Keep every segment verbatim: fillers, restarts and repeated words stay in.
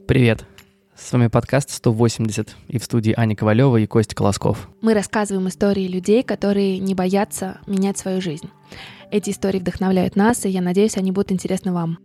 Привет! С вами подкаст сто восемьдесят, и в студии Аня Ковалева и Костя Колосков. Мы рассказываем истории людей, которые не боятся менять свою жизнь. Эти истории вдохновляют нас, и я надеюсь, они будут интересны вам.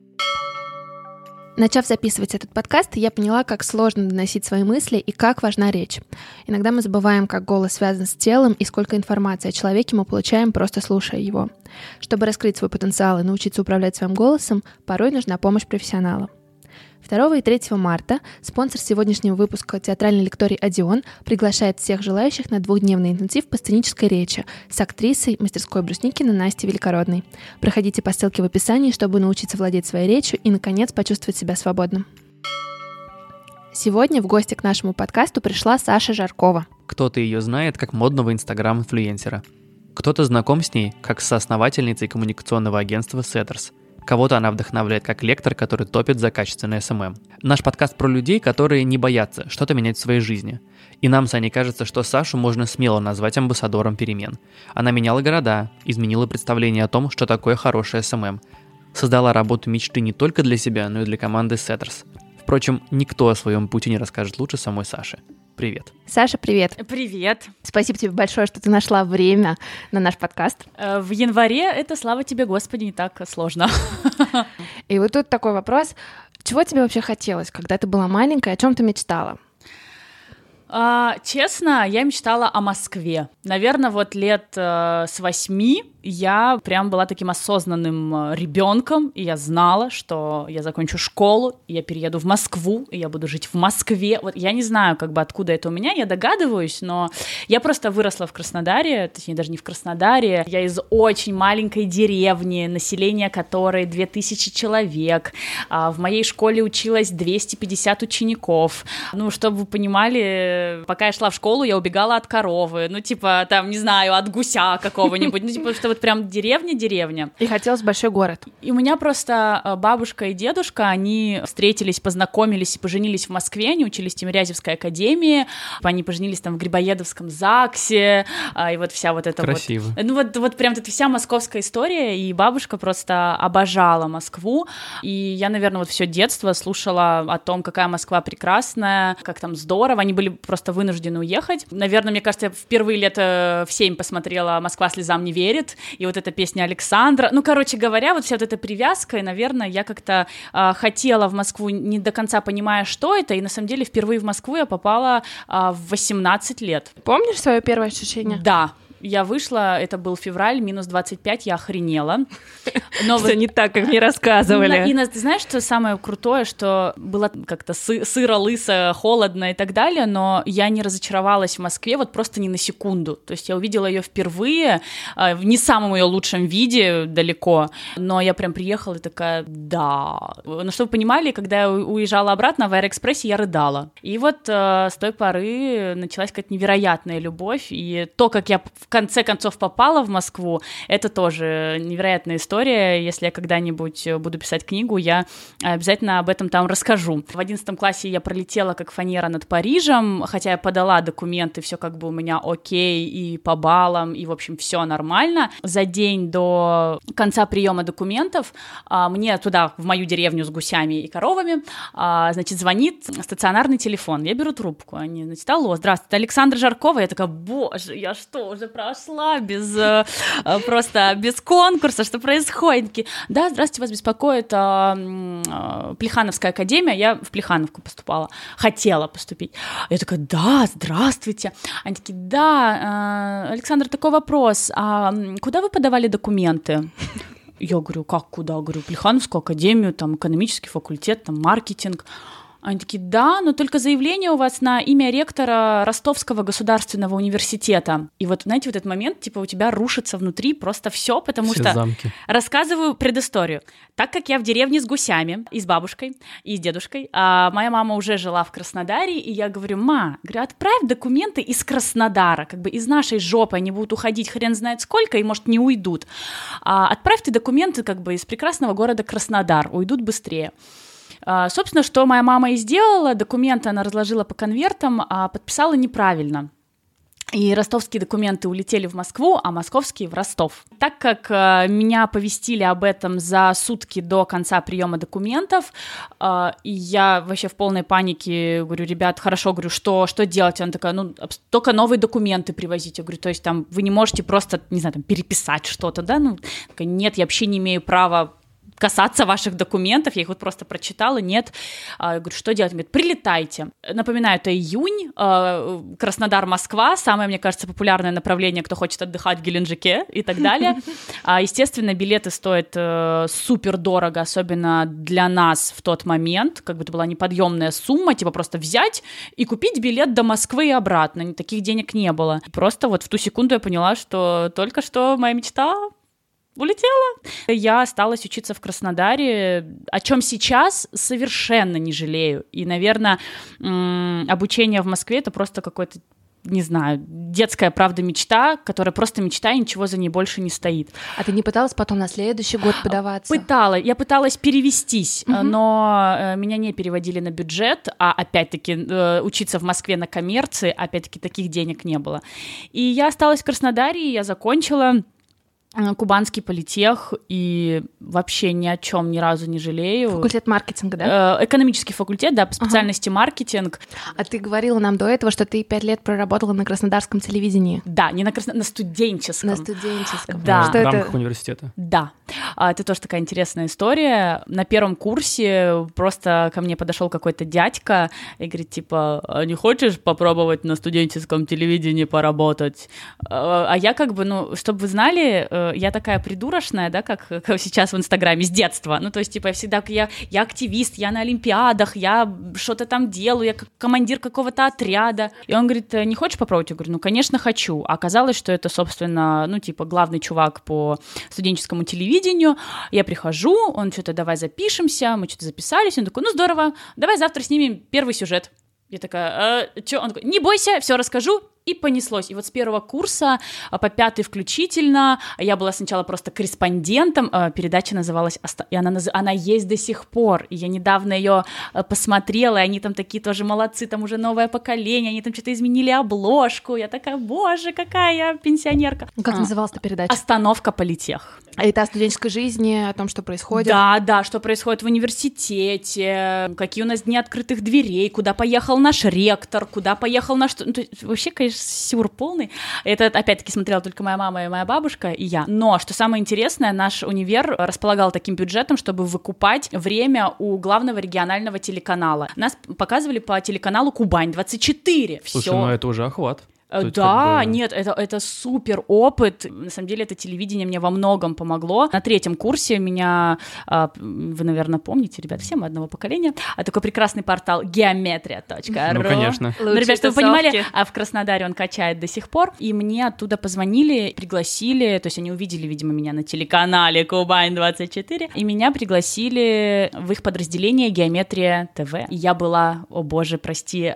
Начав записывать этот подкаст, я поняла, как сложно доносить свои мысли и как важна речь. Иногда мы забываем, как голос связан с телом и сколько информации о человеке мы получаем, просто слушая его. Чтобы раскрыть свой потенциал и научиться управлять своим голосом, порой нужна помощь профессионала. второго и третьего марта спонсор сегодняшнего выпуска театральной лекторий «Одеон» приглашает всех желающих на двухдневный интенсив по сценической речи с актрисой мастерской Брусникиной Настей Великородной. Проходите по ссылке в описании, чтобы научиться владеть своей речью и, наконец, почувствовать себя свободным. Сегодня в гости к нашему подкасту пришла Саша Жаркова. Кто-то ее знает как модного инстаграм-инфлюенсера. Кто-то знаком с ней как с соосновательницей коммуникационного агентства Setters. Кого-то она вдохновляет как лектор, который топит за качественный эс эм эм. Наш подкаст про людей, которые не боятся что-то менять в своей жизни. И нам с Аней кажется, что Сашу можно смело назвать амбассадором перемен. Она меняла города, изменила представление о том, что такое хороший эс эм эм. Создала работу мечты не только для себя, но и для команды Setters. Впрочем, никто о своем пути не расскажет лучше самой Саши. Привет. Саша, привет. Привет. Спасибо тебе большое, что ты нашла время на наш подкаст. В январе это, слава тебе, Господи, не так сложно. И вот тут такой вопрос. Чего тебе вообще хотелось, когда ты была маленькая, о чем ты мечтала? А, честно, я мечтала о Москве. Наверное, вот лет э, с восьми я прям была таким осознанным ребенком, и я знала, что я закончу школу, и я перееду в Москву, и я буду жить в Москве. Вот я не знаю, как бы откуда это у меня, я догадываюсь, но я просто выросла в Краснодаре, точнее, даже не в Краснодаре. Я из очень маленькой деревни, население которой две тысячи человек. А в моей школе училось двести пятьдесят учеников. Ну, чтобы вы понимали, пока я шла в школу, я убегала от коровы, ну, типа, там, не знаю, от гуся какого-нибудь, ну, типа, что вот прям деревня-деревня. И хотелось большой город. И у меня просто бабушка и дедушка, они встретились, познакомились и поженились в Москве, они учились в Тимирязевской академии, они поженились там в Грибоедовском ЗАГСе, и вот вся вот эта Красиво. вот... Ну вот, вот прям эта вся московская история, и бабушка просто обожала Москву, и я, наверное, вот все детство слушала о том, какая Москва прекрасная, как там здорово, они были просто вынуждены уехать. Наверное, мне кажется, я впервые лет в семь посмотрела «Москва слезам не верит», и вот эта песня Александра. Ну, короче говоря, вот вся вот эта привязка, и, наверное, я как-то э, хотела в Москву, не до конца понимая, что это, и, на самом деле, впервые в Москву я попала э, в восемнадцать лет. Помнишь свое первое ощущение? Да. Я вышла, это был февраль, минус двадцать пять, я охренела. Но все вот... не так, как мне рассказывали. И, и ты знаешь, что самое крутое, что было как-то сы- сыро, лысо, холодно и так далее, но я не разочаровалась в Москве вот просто ни на секунду. То есть я увидела ее впервые, в не самом ее лучшем виде далеко, но я прям приехала и такая, да. Ну, чтобы вы понимали, когда я уезжала обратно в Аэроэкспрессе, я рыдала. И вот э, с той поры началась какая-то невероятная любовь, и то, как я в конце концов попала в Москву, это тоже невероятная история. Если я когда-нибудь буду писать книгу, я обязательно об этом там расскажу. В одиннадцатом классе я пролетела как фанера над Парижем, хотя я подала документы, все как бы у меня окей, и по баллам, и, в общем, все нормально. За день до конца приема документов мне туда, в мою деревню с гусями и коровами, значит, звонит стационарный телефон. Я беру трубку. Они, значит, алло, здравствуйте, Александра Жаркова. Я такая, боже, я что, уже прошла без просто без конкурса, что происходит? Такие, да, здравствуйте, вас беспокоит а, а, Плехановская академия. Я в Плехановку поступала, хотела поступить. Я такая, да, здравствуйте. Они такие, да, а, Александр, такой вопрос, а куда вы подавали документы? Я говорю, как куда? Говорю, Плехановскую академию, там экономический факультет, там маркетинг. Они такие, да, но только заявление у вас на имя ректора Ростовского государственного университета. И вот, знаете, вот этот момент, типа, у тебя рушится внутри просто все, потому все что... замки. Рассказываю предысторию. Так как я в деревне с гусями, и с бабушкой, и с дедушкой, а моя мама уже жила в Краснодаре, и я говорю, ма, говорю, отправь документы из Краснодара, как бы из нашей жопы, они будут уходить хрен знает сколько, и, может, не уйдут. А отправь ты документы, как бы, из прекрасного города Краснодар, уйдут быстрее. Собственно, что моя мама и сделала, документы она разложила по конвертам, а подписала неправильно. И ростовские документы улетели в Москву, а московские в Ростов. Так как э, меня оповестили об этом за сутки до конца приема документов, э, и я вообще в полной панике говорю: ребят, хорошо, говорю, что, что делать? Она такая: ну, только новые документы привозите. Я говорю, то есть там вы не можете просто, не знаю, там, переписать что-то, да? Ну, такая: нет, я вообще не имею права касаться ваших документов, я их вот просто прочитала, нет. Я говорю, что делать? Он говорит, прилетайте. Напоминаю, это июнь, Краснодар, Москва, самое, мне кажется, популярное направление, кто хочет отдыхать в Геленджике и так далее. Естественно, билеты стоят супер дорого, особенно для нас в тот момент, как бы это была неподъемная сумма, типа просто взять и купить билет до Москвы и обратно. Таких денег не было. Просто вот в ту секунду я поняла, что только что моя мечта улетела. Я осталась учиться в Краснодаре, о чем сейчас совершенно не жалею. И, наверное, обучение в Москве — это просто какой-то, не знаю, детская, правда, мечта, которая просто мечта, и ничего за ней больше не стоит. А ты не пыталась потом на следующий год подаваться? Пыталась. Я пыталась перевестись, угу. но меня не переводили на бюджет, а опять-таки учиться в Москве на коммерции, опять-таки таких денег не было. И я осталась в Краснодаре, и я закончила Кубанский политех, и вообще ни о чем ни разу не жалею. Факультет маркетинга, да? Экономический факультет, да, по специальности ага. маркетинг. А ты говорила нам до этого, что ты пять лет проработала на краснодарском телевидении. Да, не на красно... на студенческом. На студенческом. Да. Что в рамках это... университета. Да. Это тоже такая интересная история. На первом курсе просто ко мне подошел какой-то дядька и говорит, типа, а не хочешь попробовать на студенческом телевидении поработать? А я как бы, ну, чтобы вы знали, я такая придурочная, да, как, как сейчас в Инстаграме, с детства. Ну, то есть, типа, я всегда, я, я активист, я на олимпиадах, я что-то там делаю, я как командир какого-то отряда. И он говорит, не хочешь попробовать? Я говорю, ну, конечно, хочу. А оказалось, что это, собственно, ну, типа, главный чувак по студенческому телевидению. Я прихожу, он что-то, давай запишемся, мы что-то записались. Он такой, ну, здорово, давай завтра снимем первый сюжет. Я такая, э, что? Он такой, не бойся, все расскажу. И понеслось. И вот с первого курса по пятый включительно я была сначала просто корреспондентом, передача называлась, и она, она есть до сих пор, и я недавно ее посмотрела, и они там такие тоже молодцы, там уже новое поколение, они там что-то изменили обложку, я такая, боже, какая я пенсионерка. Как а. называлась эта передача? «Остановка политех». А это о студенческой жизни, о том, что происходит? Да, да, что происходит в университете, какие у нас дни открытых дверей, куда поехал наш ректор, куда поехал наш... Ну, то есть, вообще, конечно, сюр полный. Это, опять-таки, смотрела только моя мама и моя бабушка, и я. Но, что самое интересное, наш универ располагал таким бюджетом, чтобы выкупать время у главного регионального телеканала. Нас показывали по телеканалу «Кубань двадцать четыре». Слушай, Всё. ну это уже охват. Тут да, как бы... нет, это, это супер опыт. На самом деле, это телевидение мне во многом помогло. На третьем курсе меня, вы, наверное, помните, ребят, все мы одного поколения, а такой прекрасный портал геометрия точка ру. Ну, конечно. Ну, ребят, чтобы вы понимали, а в Краснодаре он качает до сих пор. И мне оттуда позвонили, пригласили, то есть они увидели, видимо, меня на телеканале Кубань двадцать четыре, и меня пригласили в их подразделение Геометрия ТВ. И я была, о боже, прости,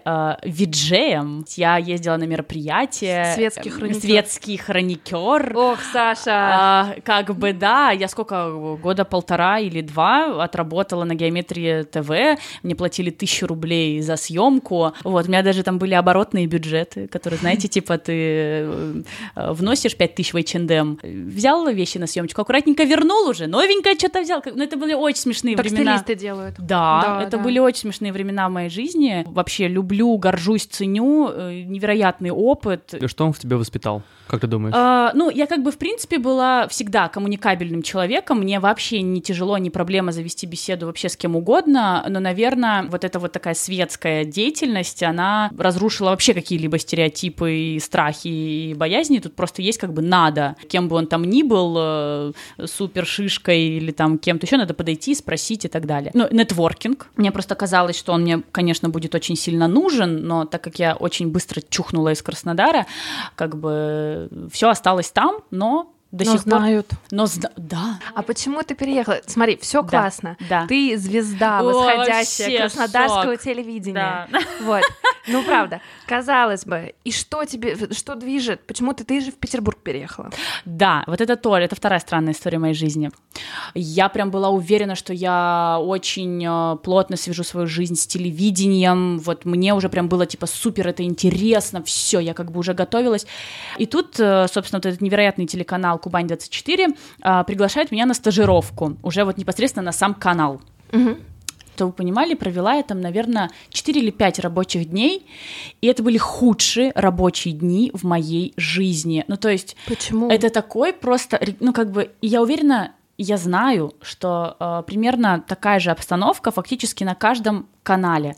виджеем. Я ездила на мероприятия. Светский хроникер. Светский хроникер. Ох, Саша! А, как бы, да, я сколько, года полтора или два отработала на Геометрии ТВ, мне платили тысячу рублей за съемку, вот, у меня даже там были оборотные бюджеты, которые, знаете, типа ты вносишь пять тысяч в эйч энд эм, взял вещи на съемочку, аккуратненько вернул уже, новенькое что-то взял, ну, это были очень смешные так времена. Так стилисты делают. Да, да это да. были очень смешные времена в моей жизни, вообще люблю, горжусь, ценю, невероятный опыт. Опыт. И что он в тебе воспитал? Как ты думаешь? А, ну, я как бы, в принципе, была всегда коммуникабельным человеком. Мне вообще не тяжело, не проблема завести беседу вообще с кем угодно. Но, наверное, вот эта вот такая светская деятельность, она разрушила вообще какие-либо стереотипы и страхи и боязни. Тут просто есть как бы надо. Кем бы он там ни был, супер шишкой или там кем-то еще, надо подойти, спросить и так далее. Ну, нетворкинг. Мне просто казалось, что он мне, конечно, будет очень сильно нужен, но так как я очень быстро чухнула из Краснодара, как бы все осталось там, но до но сих знают. пор... Но знают. Да. А почему ты переехала? Смотри, все да. классно. Да. Ты звезда восходящая краснодарского шок. телевидения. Да. Вот. Ну, правда. Казалось бы. И что тебе, что движет? Почему ты, ты же в Петербург переехала? Да, вот это тоже, это вторая странная история моей жизни. Я прям была уверена, что я очень плотно свяжу свою жизнь с телевидением, вот мне уже прям было типа супер это интересно, все, я как бы уже готовилась. И тут, собственно, вот этот невероятный телеканал Кубань двадцать четыре приглашает меня на стажировку, уже вот непосредственно на сам канал. Угу. Чтобы вы понимали, провела я там, наверное, четыре или пять рабочих дней, и это были худшие рабочие дни в моей жизни. Ну, то есть... Почему? Это такой просто... Ну, как бы, я уверена, я знаю, что э, примерно такая же обстановка фактически на каждом канале.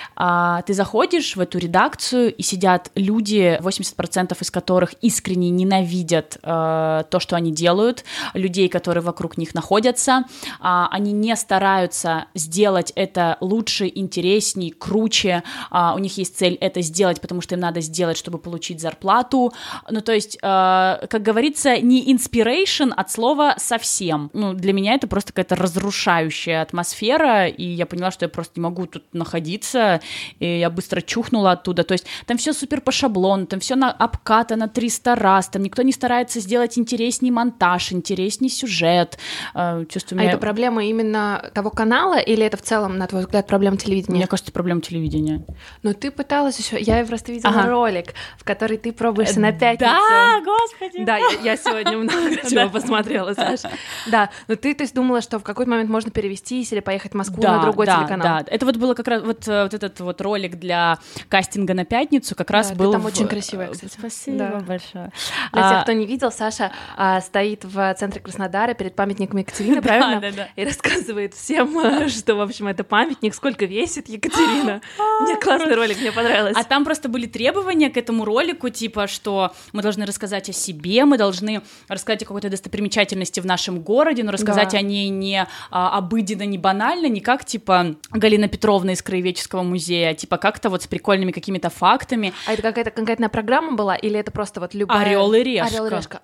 А, ты заходишь в эту редакцию, и сидят люди, восемьдесят процентов из которых искренне ненавидят э, то, что они делают, людей, которые вокруг них находятся. А, они не стараются сделать это лучше, интересней, круче. А, у них есть цель это сделать, потому что им надо сделать, чтобы получить зарплату. Ну, то есть, э, как говорится, не inspiration от слова совсем. Ну, для меня это просто какая-то разрушающая атмосфера, и я поняла, что я просто не могу тут находиться, и я быстро чухнула оттуда, то есть там все супер по шаблону, там все на обкатано триста раз, там никто не старается сделать интересней монтаж, интересней сюжет. Чувствую, а меня... это проблема именно того канала, или это в целом, на твой взгляд, проблема телевидения? Мне кажется, проблема телевидения. Но ты пыталась еще, я просто видела ага. ролик, в который ты пробуешься на пятницу. Да, господи! Да, я, я сегодня много чего посмотрела, Саша. Да, но ты, то есть, думала, что в какой-то момент можно перевестись или поехать в Москву на другой телеканал. Да, да, это вот было как раз вот, вот этот вот ролик для кастинга на пятницу, как раз да, был... Ты там в... очень красивая, кстати. Спасибо да. большое. Для а... тех, кто не видел, Саша а, стоит в центре Краснодара перед памятником Екатерины, правильно? Да, да, да. И рассказывает всем, что, в общем, это памятник, сколько весит Екатерина. Мне классный ролик, мне понравилось. А там просто были требования к этому ролику, типа, что мы должны рассказать о себе, мы должны рассказать о какой-то достопримечательности в нашем городе, но рассказать да. о ней не а, обыденно, не банально, не как, типа, Галина Петровна из Краеведческого музея, а, типа, как-то вот с прикольными какими-то фактами. А это какая-то конкретная программа была, или это просто вот любая... Орел и решка. Орел и решка.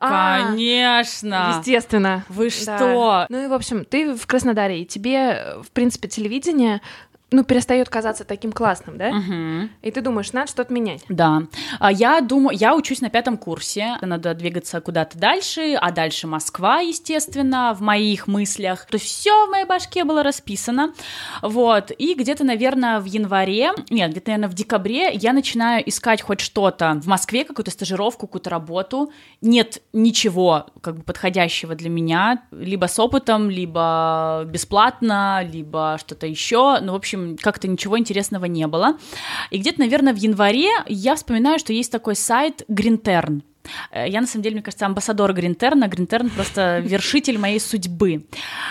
Конечно. Естественно. Вы что? Да. Ну и, в общем, ты в Краснодаре, и тебе, в принципе, телевидение... ну, перестает казаться таким классным, да? Угу. И ты думаешь, надо что-то менять. Да. Я думаю, я учусь на пятом курсе, надо двигаться куда-то дальше, а дальше Москва, естественно, в моих мыслях. То есть все в моей башке было расписано. Вот. И где-то, наверное, в январе, нет, где-то, наверное, в декабре я начинаю искать хоть что-то в Москве, какую-то стажировку, какую-то работу. Нет ничего, как бы, подходящего для меня, либо с опытом, либо бесплатно, либо что-то еще. Ну, в общем, как-то ничего интересного не было. И где-то, наверное, в январе я вспоминаю, что есть такой сайт Гринтерн. Я, на самом деле, мне кажется, амбассадор Гринтерна. Гринтерн просто вершитель моей судьбы.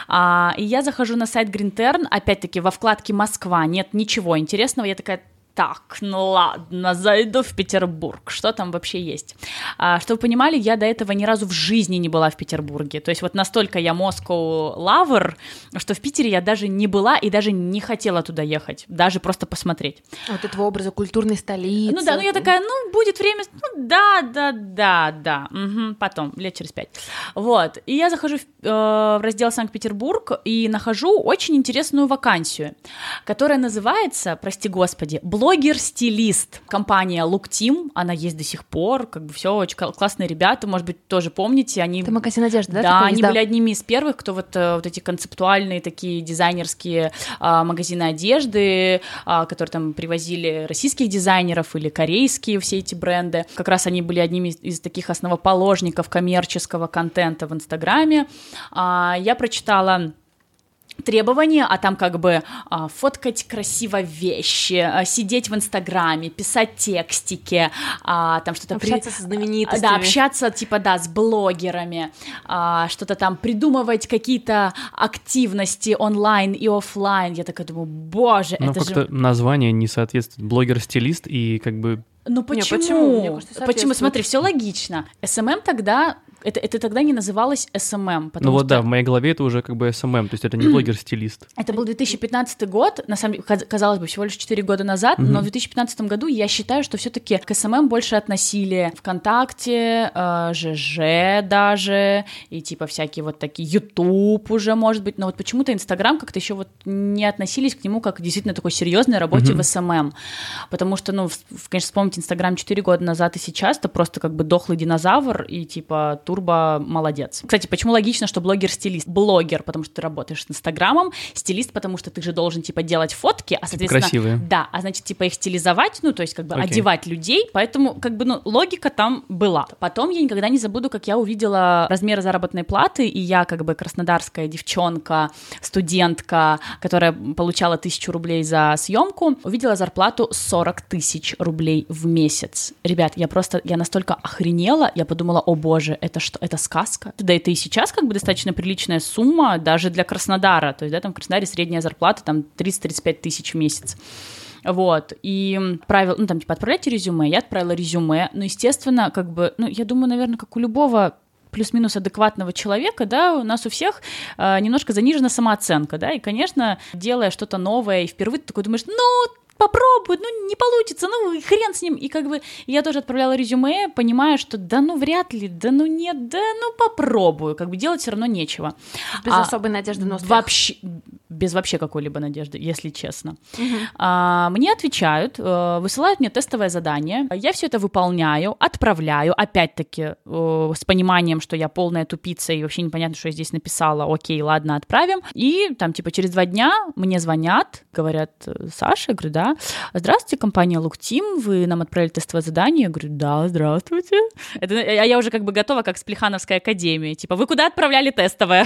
А, и я захожу на сайт Гринтерн, опять-таки, во вкладке «Москва». Нет ничего интересного. Я такая... Так, ну ладно, зайду в Петербург. Что там вообще есть? А, чтобы вы понимали, я до этого ни разу в жизни не была в Петербурге. То есть вот настолько я Moscow lover, что в Питере я даже не была и даже не хотела туда ехать, даже просто посмотреть. Вот этого образа культурной столицы. Ну да, ну я такая, ну будет время, ну да, да, да, да, угу, потом, лет через пять. Вот, и я захожу в, э, в раздел Санкт-Петербург и нахожу очень интересную вакансию, которая называется, прости господи, блогер-стилист. Компания Look Team, она есть до сих пор, как бы все очень классные ребята, может быть, тоже помните, они... Это магазин одежды, да? Да, они есть, были да? одними из первых, кто вот, вот эти концептуальные такие дизайнерские а, магазины одежды, а, которые там привозили российских дизайнеров или корейские все эти бренды. Как раз они были одними из, из таких основоположников коммерческого контента в Инстаграме. А, я прочитала требования, а там как бы а, фоткать красиво вещи, а, сидеть в Инстаграме, писать текстики, а, там что-то... Общаться при... со знаменитостями. Да, общаться, типа, да, с блогерами, а, что-то там придумывать, какие-то активности онлайн и офлайн. Я такая думаю, боже, Но это как-то же... название не соответствует. Блогер-стилист и как бы... Ну почему? Не, почему? Мне кажется, почему? Смотри, все логично. эс эм эм тогда... Это, это тогда не называлось эс эм эм. Ну вот что... да, в моей голове это уже как бы эс эм эм, то есть это не блогер-стилист. Это был две тысячи пятнадцатый год, на самом деле, казалось бы, всего лишь четыре года назад, mm-hmm. но в две тысячи пятнадцатом году я считаю, что все-таки к эс эм эм больше относили ВКонтакте, э, ЖЖ даже, и типа всякие вот такие, YouTube уже, может быть, но вот почему-то Инстаграм как-то еще вот не относились к нему как действительно такой серьезной работе mm-hmm. в эс эм эм, потому что, ну, конечно, вспомнить Инстаграм четыре года назад и сейчас, это просто как бы дохлый динозавр, и типа тут турбо молодец. Кстати, почему логично, что блогер-стилист? Блогер, потому что ты работаешь с Инстаграмом, стилист, потому что ты же должен, типа, делать фотки, а, соответственно... Красивые. Да, а значит, типа, их стилизовать, ну, то есть, как бы, Окей. одевать людей, поэтому, как бы, ну, логика там была. Потом я никогда не забуду, как я увидела размеры заработной платы, и я, как бы, краснодарская девчонка, студентка, которая получала тысячу рублей за съемку, увидела зарплату сорок тысяч рублей в месяц. Ребят, я просто, я настолько охренела, я подумала, о боже, это что, это сказка? Да, это и сейчас, как бы, достаточно приличная сумма, даже для Краснодара, то есть, да, там в Краснодаре средняя зарплата, там, тридцать-тридцать пять тысяч в месяц. Вот, и отправил, ну, там, типа, отправляйте резюме, я отправила резюме, ну, естественно, как бы, ну, я думаю, наверное, как у любого плюс-минус адекватного человека, да, у нас у всех э, немножко занижена самооценка, да, и, конечно, делая что-то новое, и впервые ты такой думаешь, ну, попробуй, ну, не получится, ну, хрен с ним, и как бы я тоже отправляла резюме, понимая, что да, ну, вряд ли, да, ну, нет, да, ну, попробую, как бы делать все равно нечего. Без а, особой надежды на успех. Вообще, без вообще какой-либо надежды, если честно. Угу. А, мне отвечают, высылают мне тестовое задание, я все это выполняю, отправляю, опять-таки, с пониманием, что я полная тупица, и вообще непонятно, что я здесь написала, окей, ладно, отправим, и там, типа, через два дня мне звонят, говорят, Саша, я говорю, да, здравствуйте, компания Look-Team, вы нам отправили тестовое задание, я говорю, да, здравствуйте. Это, а я уже как бы готова, как с Плехановской академии, типа, вы куда отправляли тестовое?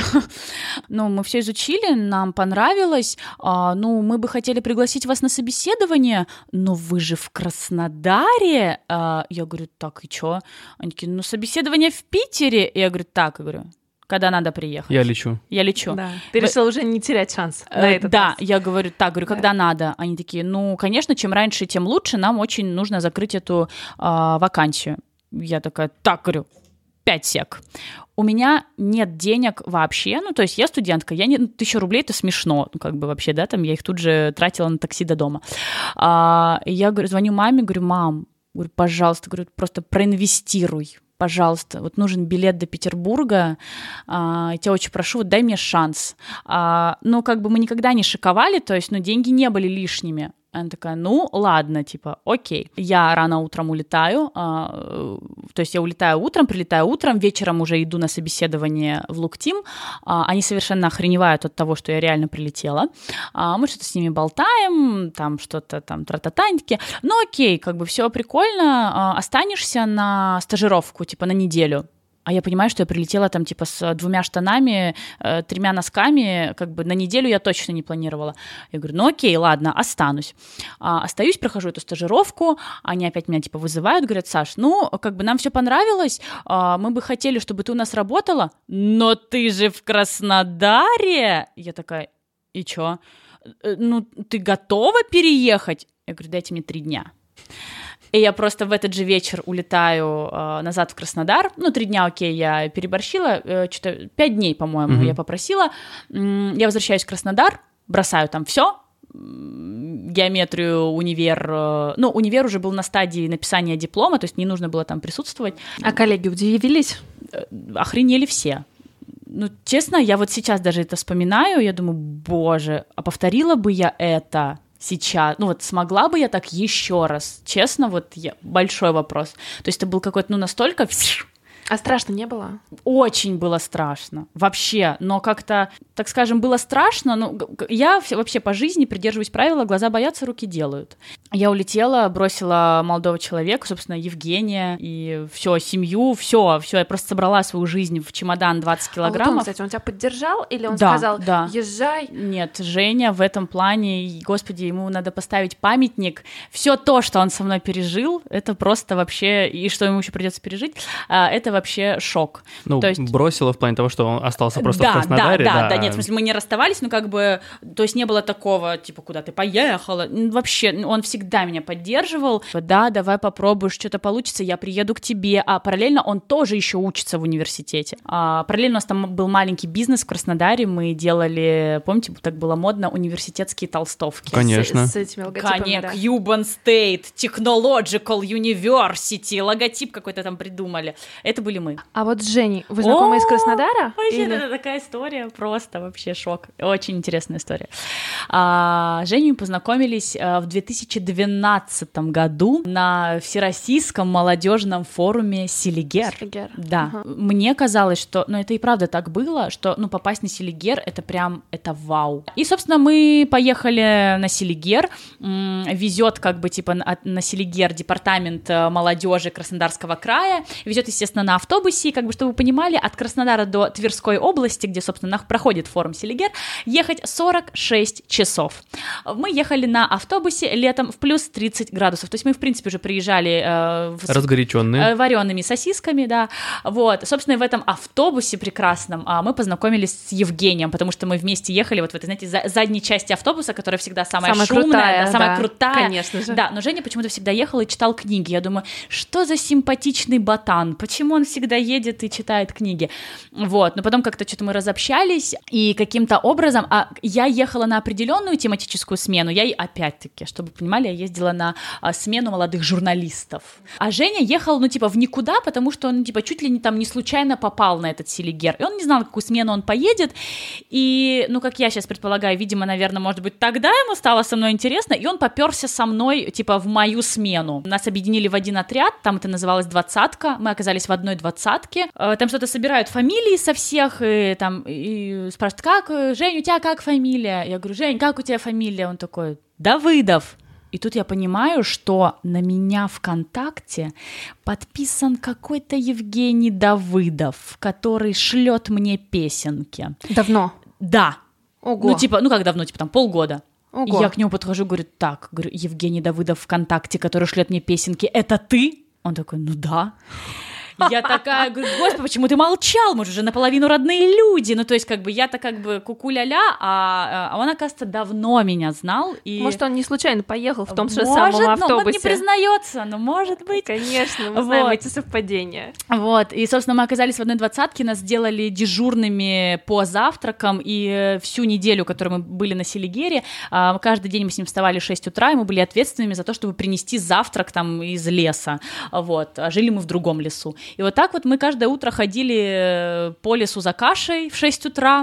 Ну, мы все изучили, нам понравилось, а, ну, мы бы хотели пригласить вас на собеседование, но вы же в Краснодаре, а, я говорю, так, и чё? Они такие, ну, собеседование в Питере, я говорю, так, я говорю, когда надо приехать. Я лечу. Я лечу. Да. Ты решила Вы... уже не терять шанс на этот Да, раз. я говорю, так, говорю, когда да. надо. Они такие, ну, конечно, чем раньше, тем лучше, нам очень нужно закрыть эту а, вакансию. Я такая, так, говорю, пять сек. У меня нет денег вообще, ну, то есть я студентка, я не, ну, тысячу рублей это смешно, ну, как бы вообще, да, там я их тут же тратила на такси до дома. А, я говорю, звоню маме, говорю, мам, говорю, пожалуйста, говорю, просто проинвестируй. Пожалуйста, вот нужен билет до Петербурга, а, я тебя очень прошу, вот дай мне шанс. А, ну, как бы мы никогда не шиковали, то есть, ну, деньги не были лишними. Она такая, ну, ладно, типа, окей. Я рано утром улетаю, а, то есть я улетаю утром, прилетаю утром, вечером уже иду на собеседование в Look-Team. А, они совершенно охреневают от того, что я реально прилетела. А, мы что-то с ними болтаем, там что-то там тра-та-таньки. Ну, окей, как бы все прикольно, а, останешься на стажировку, типа, на неделю. А я понимаю, что я прилетела там типа с двумя штанами, э, тремя носками, как бы на неделю я точно не планировала. Я говорю, ну окей, ладно, останусь. А, остаюсь, прохожу эту стажировку, они опять меня типа вызывают, говорят, Саш, ну как бы нам все понравилось, а, мы бы хотели, чтобы ты у нас работала, но ты же в Краснодаре. Я такая, и чё? Ну ты готова переехать? Я говорю, дайте мне три дня. И я просто в этот же вечер улетаю э, назад в Краснодар. Ну, три дня, окей, я переборщила. Э, что-то пять дней, по-моему, mm-hmm. я попросила. М- я возвращаюсь в Краснодар, бросаю там все. Геометрию, универ. Э, ну, универ уже был на стадии написания диплома, то есть не нужно было там присутствовать. А коллеги удивились? Э, охренели все. Ну, честно, я вот сейчас даже это вспоминаю, я думаю, боже, а повторила бы я это сейчас, ну вот смогла бы я так еще раз? Честно, вот я, большой вопрос. То есть это был какой-то, ну, настолько... А страшно не было? Очень было страшно, вообще, но как-то, так скажем, было страшно, но я вообще по жизни придерживаюсь правила «глаза боятся, руки делают». Я улетела, бросила молодого человека, собственно, Евгения, и все, семью, все, все, я просто собрала свою жизнь в чемодан двадцать килограммов. А вот он, кстати, он тебя поддержал или он да, сказал, да. езжай? Нет, Женя в этом плане, господи, ему надо поставить памятник, все то, что он со мной пережил, это просто вообще, и что ему еще придется пережить, это вообще шок. Ну, то есть... бросила в плане того, что он остался просто да, в Краснодаре. Да, да, да, да, нет, в смысле, мы не расставались, ну, как бы, то есть не было такого, типа, куда ты поехала, вообще, он всегда меня поддерживал, да, давай попробуешь, что-то получится, я приеду к тебе, а параллельно он тоже еще учится в университете. А, параллельно у нас там был маленький бизнес в Краснодаре, мы делали, помните, так было модно, университетские толстовки. Конечно. С, с этими логотипами, Конечно, да. Cuban State, Technological University, логотип какой-то там придумали. Это были мы. А вот с Женей, вы знакомы из Краснодара? Вообще, или... это такая история, просто вообще шок. Очень интересная история. А, Женей мы познакомились в две тысячи двенадцатом году на Всероссийском молодежном форуме Селигер. Селигер. Да. Ага. Мне казалось, что, ну, это и правда так было, что, ну, попасть на Селигер — это прям, это вау. И, собственно, мы поехали на Селигер. Везет, как бы, типа, на, на Селигер департамент молодежи Краснодарского края. Везет, естественно, на автобусе. И, как бы, чтобы вы понимали, от Краснодара до Тверской области, где, собственно, проходит форум Селигер, ехать сорок шесть часов. Мы ехали на автобусе летом в плюс тридцать градусов. То есть мы, в принципе, уже приезжали э, в, разгоряченные, э, вареными сосисками, да. Вот. Собственно, в этом автобусе прекрасном а, мы познакомились с Евгением, потому что мы вместе ехали вот в этой, знаете, за, задней части автобуса, которая всегда самая, самая шумная, крутая, да, самая да, крутая. Конечно же. Да, но Женя почему-то всегда ехал и читал книги. Я думаю, что за симпатичный ботан? Почему он всегда едет и читает книги? Вот. Но потом как-то что-то мы разобщались, и каким-то образом... А я ехала на определенную тематическую смену. Я, опять-таки, чтобы вы понимали, я ездила на а, смену молодых журналистов. А Женя ехал, ну, типа, в никуда, потому что он, типа, чуть ли не там не случайно попал на этот Селигер. И он не знал, на какую смену он поедет. И, ну, как я сейчас предполагаю, видимо, наверное, может быть, тогда ему стало со мной интересно, и он попёрся со мной, типа, в мою смену. Нас объединили в один отряд, там это называлось двадцатка, мы оказались в одной двадцатке. Там что-то собирают фамилии со всех, и там и спрашивают, как, Жень, у тебя как фамилия? Я говорю, Жень, как у тебя фамилия? Он такой, Давыдов. И тут я понимаю, что на меня ВКонтакте подписан какой-то Евгений Давыдов, который шлет мне песенки. Давно? Да. Ого. Ну, типа, ну как давно, типа там полгода. Ого. И я к нему подхожу, говорю, так, говорю, Евгений Давыдов ВКонтакте, который шлет мне песенки, это ты? Он такой, ну да. Я такая, говорю, господи, почему ты молчал? Мы же уже наполовину родные люди. Ну, то есть, как бы, я-то как бы ку-ку-ля-ля, а, а он, оказывается, давно меня знал. И... Может, он не случайно поехал в том же может, самом автобусе? Ну, он не признается, но может быть. Конечно, мы вот. знаем эти совпадения. Вот, и, собственно, мы оказались в одной двадцатке, нас сделали дежурными по завтракам, и всю неделю, которую мы были на Селигере, каждый день мы с ним вставали в шесть утра, и мы были ответственными за то, чтобы принести завтрак там из леса. Вот, а жили мы в другом лесу. И вот так вот мы каждое утро ходили по лесу за кашей в шесть утра,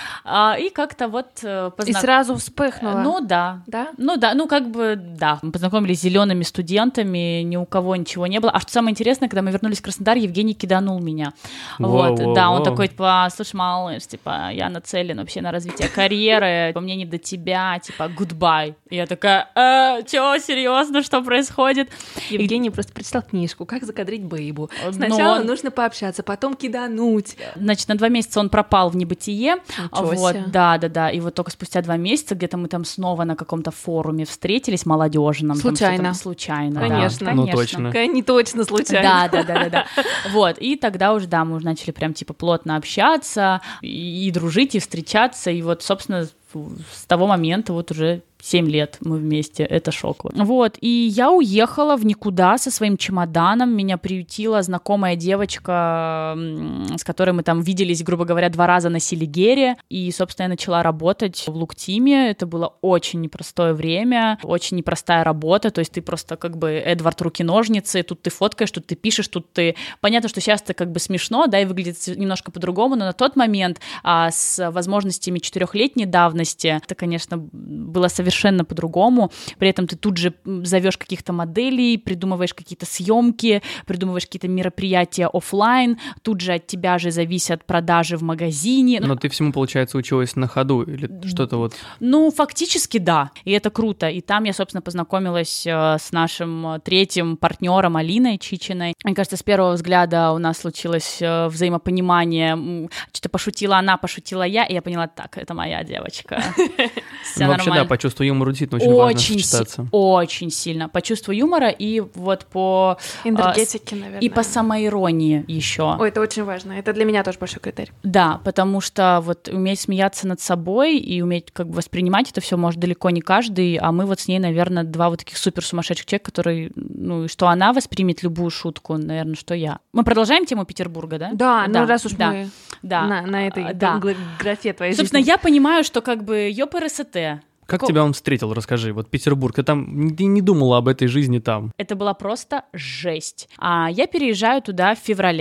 и как-то вот познакомились. И сразу вспыхнуло. Ну да. Да? Ну да, ну как бы да. Мы познакомились с зелеными студентами, ни у кого ничего не было. А что самое интересное, когда мы вернулись в Краснодар, Евгений киданул меня. Воу, вот, воу, да, воу. он такой, типа, слушай, малыш, типа, я нацелен вообще на развитие карьеры, по мне не до тебя, типа, goodbye. И я такая, э, чё, серьезно, что происходит? Евгений и... просто прочитал книжку «Как закадрить бейбу». Но Сначала он... нужно пообщаться, потом кидануть. Значит, на два месяца он пропал в небытие. Ничего вот, себе. да, да, да. И вот только спустя два месяца где-то мы там снова на каком-то форуме встретились молодежным. Случайно. Там, случайно, Конечно. да. Ну, точно. Не точно случайно. Да, да, да, да, да. Вот, и тогда уже, да, мы уже начали прям, типа, плотно общаться и, и дружить, и встречаться, и вот, собственно, с того момента вот уже семь лет мы вместе, это шок. Вот, и я уехала в никуда со своим чемоданом, меня приютила знакомая девочка, с которой мы там виделись, грубо говоря, два раза на Селигере, и, собственно, я начала работать в Луктиме, это было очень непростое время, очень непростая работа, то есть ты просто как бы Эдвард руки-ножницы, тут ты фоткаешь, тут ты пишешь, тут ты... Понятно, что сейчас это как бы смешно, да, и выглядит немножко по-другому, но на тот момент а, с возможностями четырехлетней давности это, конечно, было совершенно совершенно по-другому, при этом ты тут же зовешь каких-то моделей, придумываешь какие-то съемки, придумываешь какие-то мероприятия офлайн, тут же от тебя же зависят продажи в магазине. Но ты всему, получается, училась на ходу или что-то вот? Ну, фактически, да, и это круто, и там я, собственно, познакомилась э, с нашим третьим партнером Алиной Чичиной. Мне кажется, с первого взгляда у нас случилось э, взаимопонимание, что-то пошутила она, пошутила я, и я поняла, так, это моя девочка. Все ну, вообще, да, по чувству юмора действительно очень, очень важно сочетаться. Си- очень сильно. По чувству юмора и вот по... энергетике, э, наверное. И по самоиронии еще. Ой, это очень важно. Это для меня тоже большой критерий. Да, потому что вот уметь смеяться над собой и уметь как бы воспринимать это все может далеко не каждый, а мы вот с ней, наверное, два вот таких супер сумасшедших человека, которые, ну, что она воспримет любую шутку, наверное, что я. Мы продолжаем тему Петербурга, да? Да, да, ну раз уж да, мы да. На, на этой да. графе твоей Собственно, жизни. я понимаю, что как бы ёпрст. Как тебя он встретил, расскажи. Вот Петербург, ты там ты не думала об этой жизни там? Это была просто жесть. А я переезжаю туда в феврале.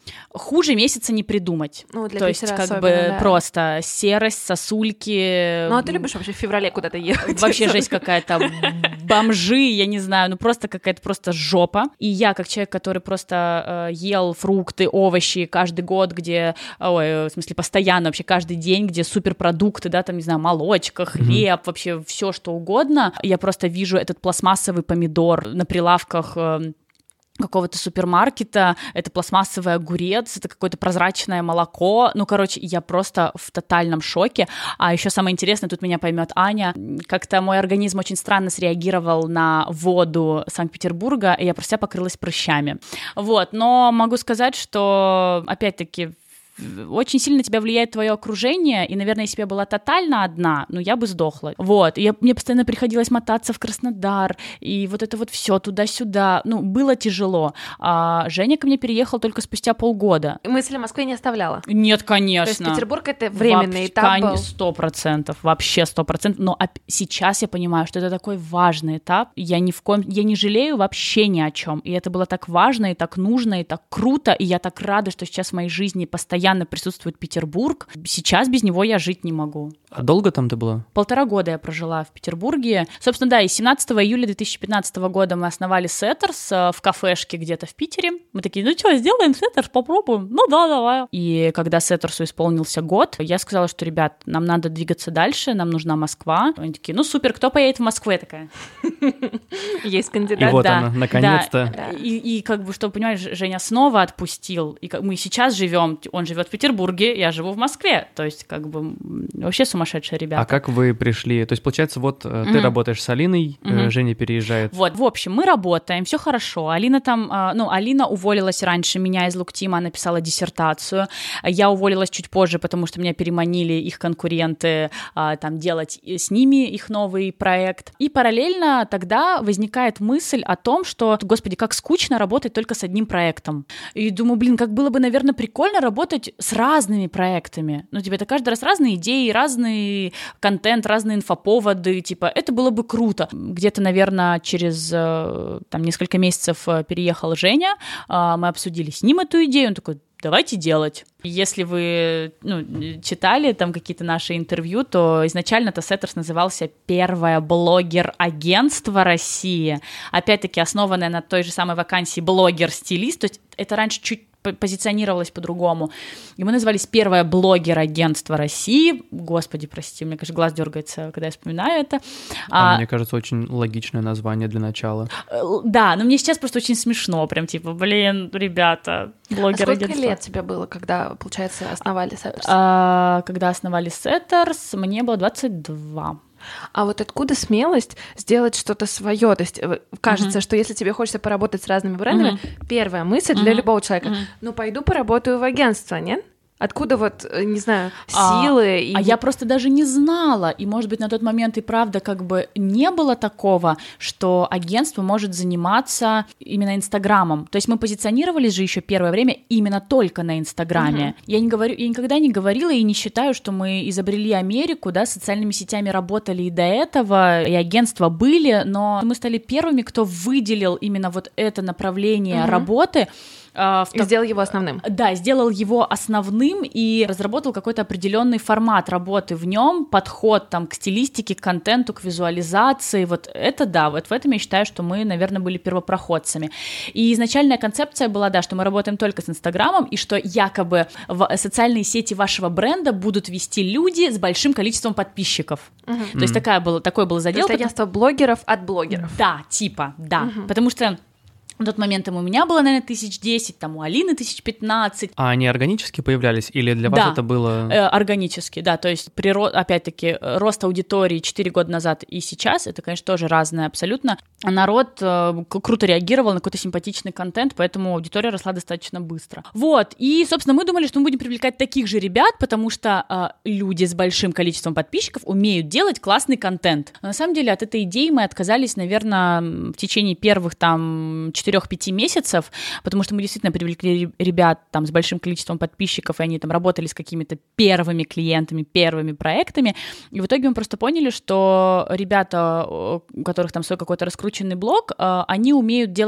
Хуже месяца не придумать. Ну, для То есть, Питера как особенно, бы да. просто серость, сосульки. Ну, а ты любишь вообще в феврале куда-то ехать? Вообще жесть какая-то, бомжи, я не знаю, ну просто какая-то просто жопа. И я, как человек, который просто э, ел фрукты, овощи каждый год, где, ой, в смысле, постоянно, вообще каждый день, где суперпродукты, да, там, не знаю, молочка, хлеб, mm-hmm. вообще все что угодно. Я просто вижу этот пластмассовый помидор на прилавках э, какого-то супермаркета, это пластмассовый огурец, это какое-то прозрачное молоко, ну, короче, я просто в тотальном шоке, а еще самое интересное, тут меня поймет Аня, как-то мой организм очень странно среагировал на воду Санкт-Петербурга, и я просто вся покрылась прыщами, вот, но могу сказать, что, опять-таки, очень сильно на тебя влияет твое окружение, и, наверное, если бы я была тотально одна, ну, я бы сдохла. Вот, я, мне постоянно приходилось мотаться в Краснодар, и вот это вот все туда-сюда, ну, было тяжело. А Женя ко мне переехал только спустя полгода. Мысль о Москве не оставляла? Нет, конечно. То есть Петербург — это временный этап был? Сто процентов, вообще сто процентов, но сейчас я понимаю, что это такой важный этап, я ни в коем, я не жалею вообще ни о чем, и это было так важно, и так нужно, и так круто, и я так рада, что сейчас в моей жизни постоянно присутствует Петербург. Сейчас без него я жить не могу. А долго там ты была? Полтора года я прожила в Петербурге. Собственно, да, и семнадцатого июля две тысячи пятнадцатого года мы основали Setters в кафешке где-то в Питере. Мы такие, ну что, сделаем Setters, попробуем? Ну да, давай. И когда Setters исполнился год, я сказала, что, ребят, нам надо двигаться дальше, нам нужна Москва. Они такие, ну супер, кто поедет в Москву? Я такая. Есть кандидат. И вот она, наконец-то. И как бы, чтобы, понимаешь, Женя снова отпустил. И мы сейчас живем, он живет в Петербурге, я живу в Москве. То есть, как бы, вообще сумасшедшие ребята. А как вы пришли? То есть, получается, вот mm-hmm. ты работаешь с Алиной, mm-hmm. Женя переезжает. Вот, в общем, мы работаем, все хорошо. Алина там, ну, Алина уволилась раньше меня из Луктима, она писала диссертацию. Я уволилась чуть позже, потому что меня переманили их конкуренты там делать с ними их новый проект. И параллельно тогда возникает мысль о том, что, господи, как скучно работать только с одним проектом. И думаю, блин, как было бы, наверное, прикольно работать с разными проектами. Ну, типа, это каждый раз разные идеи, разный контент, разные инфоповоды, типа, это было бы круто. Где-то, наверное, через там несколько месяцев переехал Женя, мы обсудили с ним эту идею, он такой, давайте делать. Если вы ну, читали там какие-то наши интервью, то изначально-то Setters назывался «Первое блогер-агентство России», опять-таки основанное на той же самой вакансии блогер-стилист, то есть это раньше чуть позиционировалось по-другому. И мы назывались «Первое блогер-агентство России». Господи, прости, мне, конечно, глаз дергается, когда я вспоминаю это. А, а мне кажется, очень логичное название для начала. Да, но мне сейчас просто очень смешно, прям типа, блин, ребята, блогер-агентство. А сколько лет тебе было, когда, получается, основали Setters? А, когда основали Setters, мне было двадцать два. А вот откуда смелость сделать что-то свое? То есть кажется, uh-huh. что если тебе хочется поработать с разными брендами, uh-huh. первая мысль uh-huh. для любого человека, uh-huh. ну пойду поработаю в агентство, нет? Откуда вот, не знаю, силы? А, и... а я просто даже не знала, и, может быть, на тот момент и правда как бы не было такого, что агентство может заниматься именно Инстаграмом. То есть мы позиционировались же еще первое время именно только на Инстаграме. Uh-huh. Я не говорю, я никогда не говорила и не считаю, что мы изобрели Америку, да, социальными сетями работали и до этого, и агентства были, но мы стали первыми, кто выделил именно вот это направление uh-huh. работы. Uh, и сделал его основным. Да, сделал его основным и разработал какой-то определенный формат работы в нем, подход там к стилистике, к контенту, к визуализации. Вот это да, вот в этом я считаю, что мы, наверное, были первопроходцами. И изначальная концепция была, да, что мы работаем только с Инстаграмом, и что якобы в социальные сети вашего бренда будут вести люди с большим количеством подписчиков. Uh-huh. То есть mm-hmm. такая была, такой был задел. То есть агентство блогеров от блогеров. Да, типа, да. Uh-huh. Потому что в тот момент там у меня было, наверное, тысяч десять, там у Алины тысяч пятнадцать. А они органически появлялись или для вас да, это было... Э, органически, да, то есть, при, опять-таки, рост аудитории четыре года назад и сейчас, это, конечно, тоже разное абсолютно. Народ э, круто реагировал на какой-то симпатичный контент, поэтому аудитория росла достаточно быстро. Вот, и, собственно, мы думали, что мы будем привлекать таких же ребят, потому что э, люди с большим количеством подписчиков умеют делать классный контент. Но на самом деле от этой идеи мы отказались, наверное, в течение первых там четырех-пяти месяцев, потому что мы действительно привлекли ребят там с большим количеством подписчиков, и они там работали с какими-то первыми клиентами, первыми проектами, и в итоге мы просто поняли, что ребята, у которых там свой какой-то раскрученный блог, они умеют делать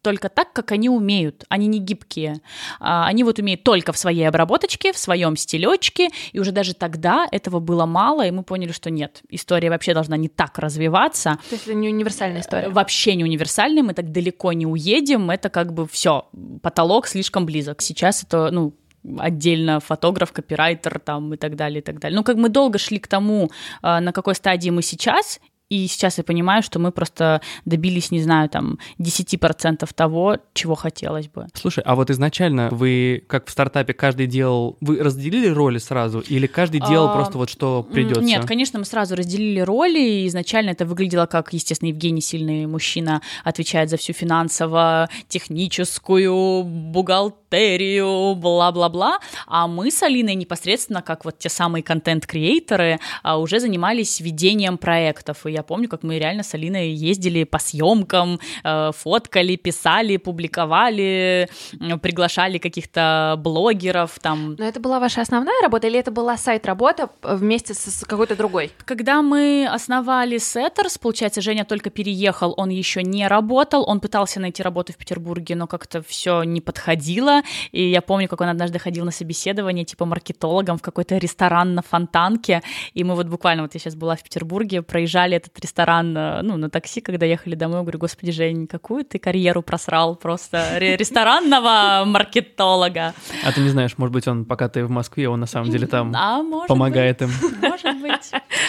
только так, как они умеют, они не гибкие. Они вот умеют только в своей обработочке, в своем стилечке, и уже даже тогда этого было мало, и мы поняли, что нет, история вообще должна не так развиваться. То есть это не универсальная история? Вообще не универсальная, мы так далеко не уедем, это как бы все, потолок слишком близок. Сейчас это, ну, отдельно фотограф, копирайтер там и так далее, и так далее. Ну, как мы долго шли к тому, на какой стадии мы сейчас, и сейчас я понимаю, что мы просто добились, не знаю, там, десять процентов того, чего хотелось бы. Слушай, а вот изначально вы, как в стартапе, каждый делал... Вы разделили роли сразу? Или каждый делал а, просто вот что придется? Нет, конечно, мы сразу разделили роли, и изначально это выглядело как, естественно, Евгений, сильный мужчина, отвечает за всю финансово-техническую бухгалтерию, бла-бла-бла, а мы с Алиной непосредственно, как вот те самые контент-креаторы, уже занимались ведением проектов, и я помню, как мы реально с Алиной ездили по съемкам, фоткали, писали, публиковали, приглашали каких-то блогеров там. Но это была ваша основная работа или это была сайт-работа вместе с какой-то другой? Когда мы основали Setters, получается, Женя только переехал, он еще не работал, он пытался найти работу в Петербурге, но как-то все не подходило, и я помню, как он однажды ходил на собеседование типа маркетологом в какой-то ресторан на Фонтанке, и мы вот буквально, вот я сейчас была в Петербурге, проезжали этот ресторан, ну, на такси, когда ехали домой, я говорю, господи, Жень, какую ты карьеру просрал просто, ресторанного маркетолога. А ты не знаешь, может быть, он, пока ты в Москве, он на самом деле там а, помогает быть. им. Может быть.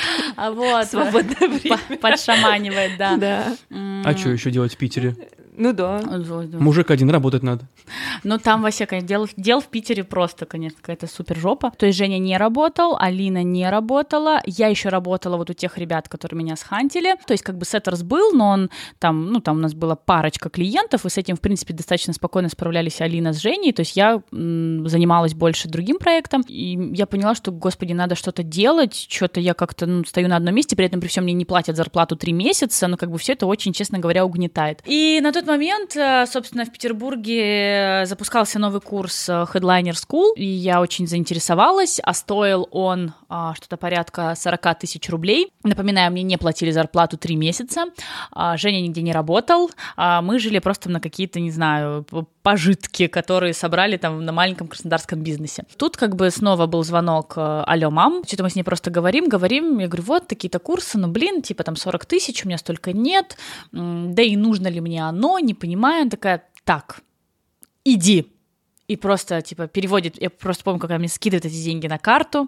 А вот. Свободное время. Подшаманивает, да. Да. А что еще делать в Питере? Ну да. Мужик один, работать надо. Ну там вообще, конечно, дел, дел в Питере просто, конечно, какая-то супер жопа. То есть Женя не работал, Алина не работала, я еще работала вот у тех ребят, которые меня схантили. То есть как бы Setters был, но он там, ну там у нас была парочка клиентов, и с этим, в принципе, достаточно спокойно справлялись Алина с Женей. То есть я м, занималась больше другим проектом, и я поняла, что, господи, надо что-то делать, что-то я как-то ну, стою на одном месте, при этом при всем мне не платят зарплату три месяца, но как бы все это очень, честно говоря, угнетает. И на тот момент, собственно, в Петербурге запускался новый курс Headliner School, и я очень заинтересовалась, а стоил он а, что-то порядка сорок тысяч рублей. Напоминаю, мне не платили зарплату три месяца, а, Женя нигде не работал, а мы жили просто на какие-то, не знаю, пожитки, которые собрали там на маленьком краснодарском бизнесе. Тут как бы снова был звонок: алло, мам, что-то мы с ней просто говорим, говорим, я говорю, вот такие-то курсы, ну блин, типа там сорок тысяч, у меня столько нет, да и нужно ли мне оно, не понимаю. Она такая, так, иди. И просто, типа, переводит, я просто помню, как она мне скидывает эти деньги на карту.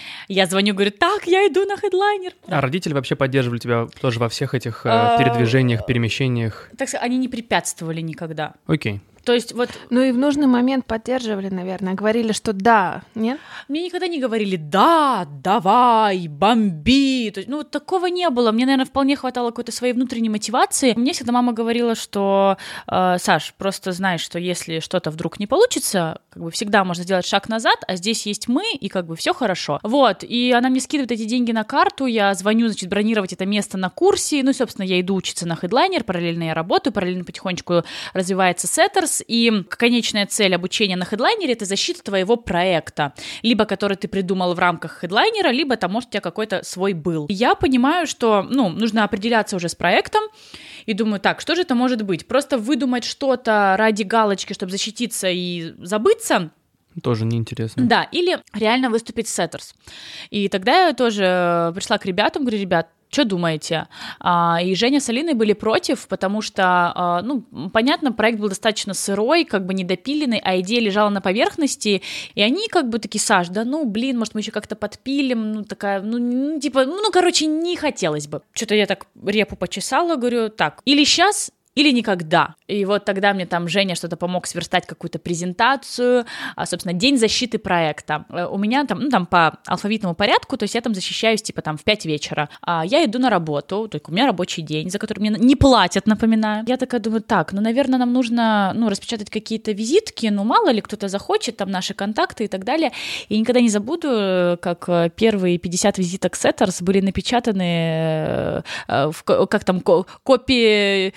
Я звоню, говорю, так, я иду на Headliner. А родители вообще поддерживали тебя тоже во всех этих э, передвижениях, перемещениях? Так сказать, они не препятствовали никогда. Окей. То есть вот... Ну и в нужный момент поддерживали, наверное, говорили, что да, нет? Мне никогда не говорили «да, давай, бомби». То есть, ну вот такого не было. Мне, наверное, вполне хватало какой-то своей внутренней мотивации. Мне всегда мама говорила, что э, Саш, просто знай, что если что-то вдруг не получится, как бы всегда можно сделать шаг назад, а здесь есть мы, и как бы все хорошо. Вот, и она мне скидывает эти деньги на карту, я звоню, значит, бронировать это место на курсе, ну и, собственно, я иду учиться на Headliner, параллельно я работаю, параллельно потихонечку развивается Setters, и конечная цель обучения на Headliner — это защита твоего проекта, либо который ты придумал в рамках Headliner, либо там, может, у тебя какой-то свой был. И я понимаю, что, ну, нужно определяться уже с проектом, и думаю, так, что же это может быть? Просто выдумать что-то ради галочки, чтобы защититься и забыться? Тоже неинтересно. Да, или реально выступить с Setters. И тогда я тоже пришла к ребятам, говорю, ребят, что думаете? А, и Женя с Алиной были против, потому что, а, ну, понятно, проект был достаточно сырой, как бы недопиленный, а идея лежала на поверхности, и они как бы такие, Саш, да ну, блин, может, мы еще как-то подпилим, ну, такая, ну, типа, ну, короче, не хотелось бы. Что-то я так репу почесала, говорю, так, или сейчас, или никогда. И вот тогда мне там Женя что-то помог сверстать какую-то презентацию, а, собственно, день защиты проекта. У меня там, ну, там по алфавитному порядку, то есть я там защищаюсь, типа, там, в пять вечера. А я иду на работу, только у меня рабочий день, за который мне не платят, напоминаю. Я такая думаю, так, ну, наверное, нам нужно, ну, распечатать какие-то визитки, ну, мало ли кто-то захочет, там, наши контакты и так далее. И никогда не забуду, как первые пятьдесят визиток Setters были напечатаны, в, как там, копии, копии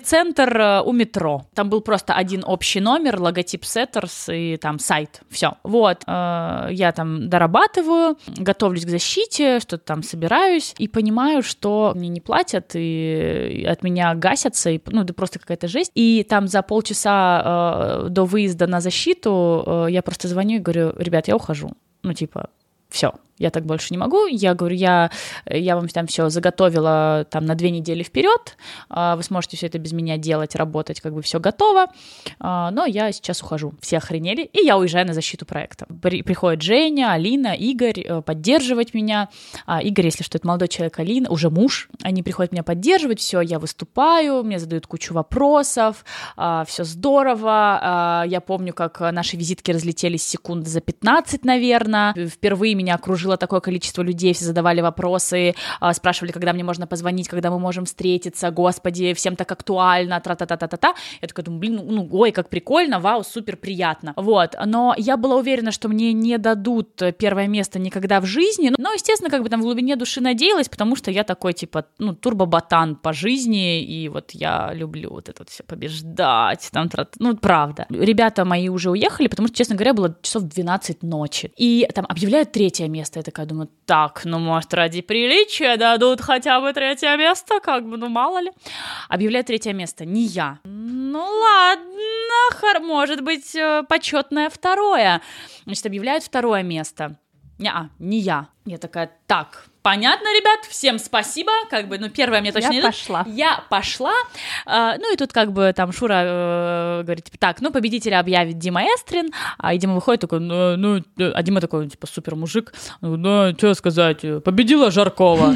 центр у метро. Там был просто один общий номер, логотип Setters и там сайт, все. Вот, я там дорабатываю, готовлюсь к защите, что-то там собираюсь, и понимаю, что мне не платят, и от меня гасятся, и, ну, это просто какая-то жесть. И там за полчаса до выезда на защиту я просто звоню и говорю: ребят, я ухожу. Ну, типа, все, я так больше не могу. Я говорю, я, я вам там все заготовила там на две недели вперед, вы сможете все это без меня делать, работать, как бы все готово, но я сейчас ухожу. Все охренели, и я уезжаю на защиту проекта. При, приходит Женя, Алина, Игорь поддерживать меня. Игорь, если что, это молодой человек, Алина, уже муж, они приходят меня поддерживать, все, я выступаю, мне задают кучу вопросов, все здорово. Я помню, как наши визитки разлетелись секунд за пятнадцать, наверное. Впервые меня окружило такое количество людей, все задавали вопросы, спрашивали, когда мне можно позвонить, когда мы можем встретиться, господи, всем так актуально, тра-та-та-та-та-та. Я такая думаю, блин, ну, ой, как прикольно, вау, супер приятно. Вот, но я была уверена, что мне не дадут первое место никогда в жизни, но, естественно, как бы там в глубине души надеялась, потому что я такой, типа, ну, турбоботан по жизни, и вот я люблю вот это вот все побеждать, там, тра- ну, правда. Ребята мои уже уехали, потому что, честно говоря, было часов двенадцать ночи, и там объявляют третье место. Я такая думаю, так, ну, может, ради приличия дадут хотя бы третье место, как бы, ну, мало ли. Объявляют третье место, не я. Ну, ладно, хор- может быть, почетное второе. Значит, объявляют второе место. Не-а, не я. Я такая, так, понятно, ребят, всем спасибо, как бы, ну, первое мне точно я не пошла. идут. Я пошла. А, ну, и тут как бы там Шура э, говорит, типа, так, ну, победителя объявит Дима Эстрин, а и Дима выходит такой, ну, ну, а Дима такой, типа, супер мужик, ну, что сказать, победила Жаркова.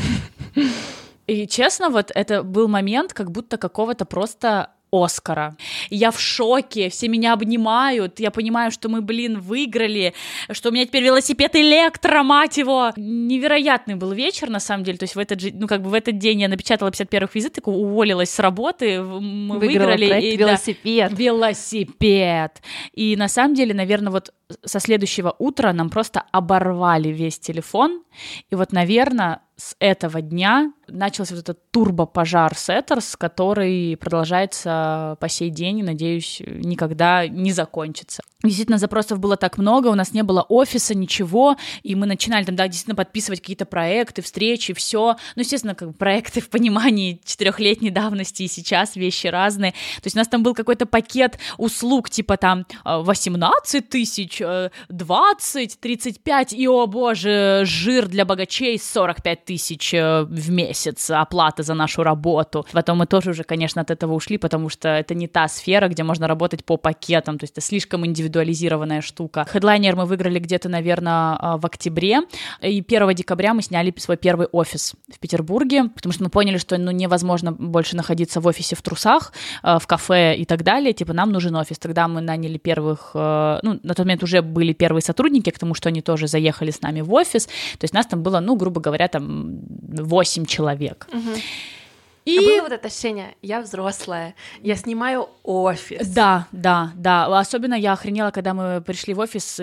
И честно, вот это был момент как будто какого-то просто Оскара. Я в шоке, все меня обнимают, я понимаю, что мы, блин, выиграли, что у меня теперь велосипед электро, мать его. Невероятный был вечер, на самом деле, то есть в этот же, ну, как бы в этот день я напечатала пятьдесят первых визиток, уволилась с работы, мы Выиграла выиграли. Проект и, велосипед. Да, велосипед. И на самом деле, наверное, вот со следующего утра нам просто оборвали весь телефон, и вот, наверное, с этого дня начался вот этот турбопожар Setters, который продолжается по сей день и, надеюсь, никогда не закончится. Действительно, запросов было так много, у нас не было офиса, ничего, и мы начинали там, да, действительно подписывать какие-то проекты, встречи, все. Ну, естественно, как бы проекты в понимании четырехлетней давности и сейчас вещи разные. То есть у нас там был какой-то пакет услуг, типа там восемнадцать тысяч, двадцать, тридцать пять, и, о боже, жир для богачей сорок пять тысяч в месяц оплата за нашу работу. Потом мы тоже уже, конечно, от этого ушли, потому что это не та сфера, где можно работать по пакетам, то есть это слишком индивидуализированная штука. Хедлайнер мы выиграли где-то, наверное, в октябре, и первого декабря мы сняли свой первый офис в Петербурге, потому что мы поняли, что, ну, невозможно больше находиться в офисе в трусах, в кафе и так далее, типа нам нужен офис. Тогда мы наняли первых, ну, на тот момент уже были первые сотрудники, к тому, что они тоже заехали с нами в офис, то есть нас там было, ну, грубо говоря, там восемь человек. Угу. И... А было вот это ощущение, я взрослая, я снимаю офис. Да, да, да. Особенно я охренела, когда мы пришли в офис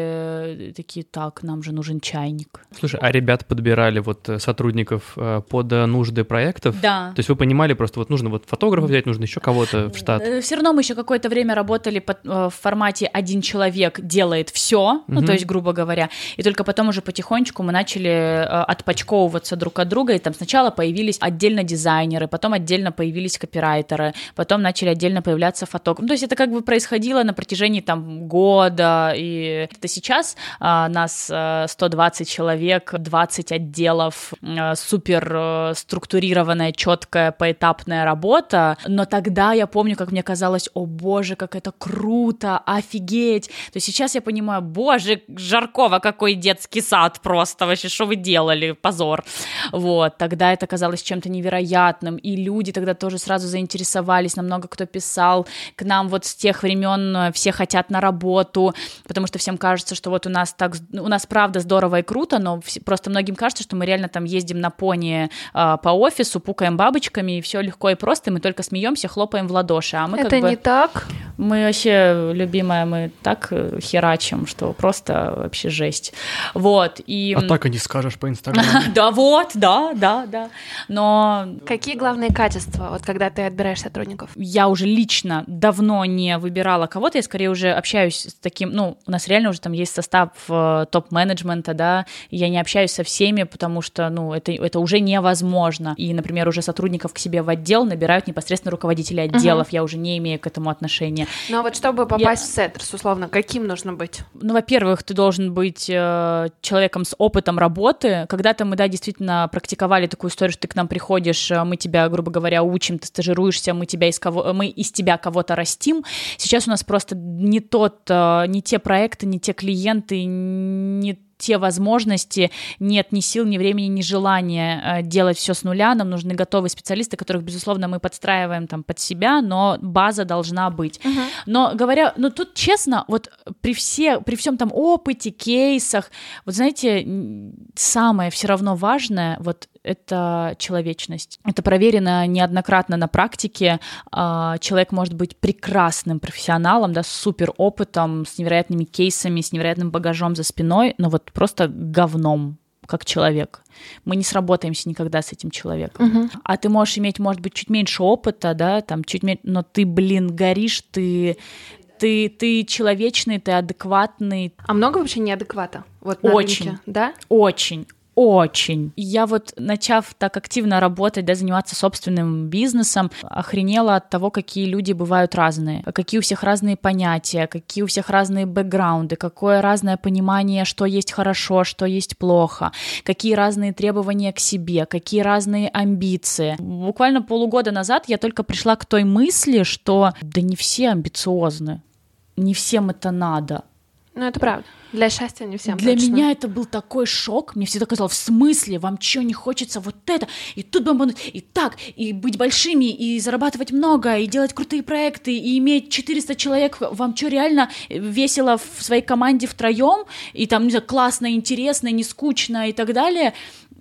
и такие, так, нам же нужен чайник. Слушай, а ребята подбирали вот сотрудников под нужды проектов? Да. То есть вы понимали, просто вот нужно вот фотографа взять, нужно еще кого-то в штат? Все равно мы еще какое-то время работали под, в формате один человек делает все, ну, угу. то есть, грубо говоря, и только потом уже потихонечку мы начали отпочковываться друг от друга, и там сначала появились отдельно дизайнеры, потом отдельно появились копирайтеры, потом начали отдельно появляться фотографы. Ну, то есть это как бы происходило на протяжении там года, и это сейчас а, нас а, сто двадцать человек, двадцать отделов, а, супер а, структурированная, четкая, поэтапная работа, но тогда я помню, как мне казалось, о боже, как это круто, офигеть. То есть сейчас я понимаю, боже, Жаркова, какой детский сад просто, вообще, что вы делали, позор. Вот, тогда это казалось чем-то невероятным, и люди тогда тоже сразу заинтересовались, нам много кто писал к нам вот с тех времен, все хотят на работу, потому что всем кажется, что вот у нас так, у нас правда здорово и круто, но просто многим кажется, что мы реально там ездим на пони э, по офису, пукаем бабочками, и все легко и просто, и мы только смеемся, хлопаем в ладоши. А мы это как бы, не так? Мы вообще, любимая, мы так херачим, что просто вообще жесть. Вот, и... А так и не скажешь по Инстаграму. Да, вот, да, да, да. Но... Какие Какие главные качества, вот когда ты отбираешь сотрудников? Я уже лично давно не выбирала кого-то, я скорее уже общаюсь с таким, ну, у нас реально уже там есть состав э, топ-менеджмента, да, и я не общаюсь со всеми, потому что, ну, это, это уже невозможно. И, например, уже сотрудников к себе в отдел набирают непосредственно руководители отделов, uh-huh. я уже не имею к этому отношения. Но вот чтобы попасть я... в Settlers, условно, каким нужно быть? Ну, во-первых, ты должен быть э, человеком с опытом работы. Когда-то мы, да, действительно практиковали такую историю, что ты к нам приходишь, мы тебя, грубо говоря, учим, ты стажируешься, мы, тебя из кого... мы из тебя кого-то растим. Сейчас у нас просто не тот, не те проекты, не те клиенты, не те возможности, нет ни сил, ни времени, ни желания делать все с нуля. Нам нужны готовые специалисты, которых, безусловно, мы подстраиваем там под себя, но база должна быть. Uh-huh. Но говоря, ну тут честно, вот при, все, при всем там опыте, кейсах, вот знаете, самое все равно важное, вот это человечность. Это проверено неоднократно на практике. Человек может быть прекрасным профессионалом, да, с супер опытом, с невероятными кейсами, с невероятным багажом за спиной, но вот просто говном, как человек. Мы не сработаемся никогда с этим человеком. Uh-huh. А ты можешь иметь, может быть, чуть меньше опыта, да, там, чуть меньше, но ты, блин, горишь, ты... Ты, ты человечный, ты адекватный. А много вообще неадеквата? Вот на очень, рынке, да? Очень. Очень. Я вот, начав так активно работать, да, заниматься собственным бизнесом, охренела от того, какие люди бывают разные, какие у всех разные понятия, какие у всех разные бэкграунды, какое разное понимание, что есть хорошо, что есть плохо, какие разные требования к себе, какие разные амбиции. Буквально полугода назад я только пришла к той мысли, что да не все амбициозны, не всем это надо. Ну, это правда. Для счастья не всем. Для точно. меня это был такой шок. Мне всегда казалось, в смысле, вам что, не хочется вот это, и тут бомбануть, и так, и быть большими, и зарабатывать много, и делать крутые проекты, и иметь четыреста человек. Вам что, реально весело в своей команде втроем, и там, не знаю, классно, интересно, не скучно и так далее.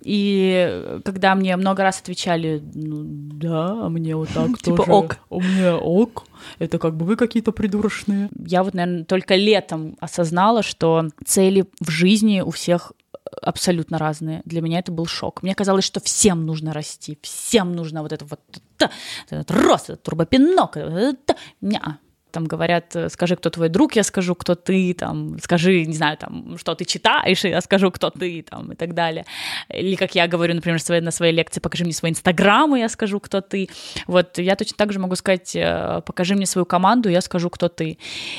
И когда мне много раз отвечали, ну да, а мне вот так тоже. Типа ок. У меня ок. Это как бы вы какие-то придурочные. Я вот, наверное, только летом осознала, что цели в жизни у всех абсолютно разные. Для меня это был шок. Мне казалось, что всем нужно расти, всем нужно вот это вот этот рост, этот турбопинок. Неа. Там говорят, скажи, кто твой друг, я скажу, кто ты, там, скажи, не знаю, там, что ты читаешь, я скажу, кто ты, там, и так далее. Или, как я говорю, например, на своей лекции, покажи мне свой инстаграм, и я скажу, кто ты. Вот я точно так же могу сказать, покажи мне свою команду, и я скажу, кто ты.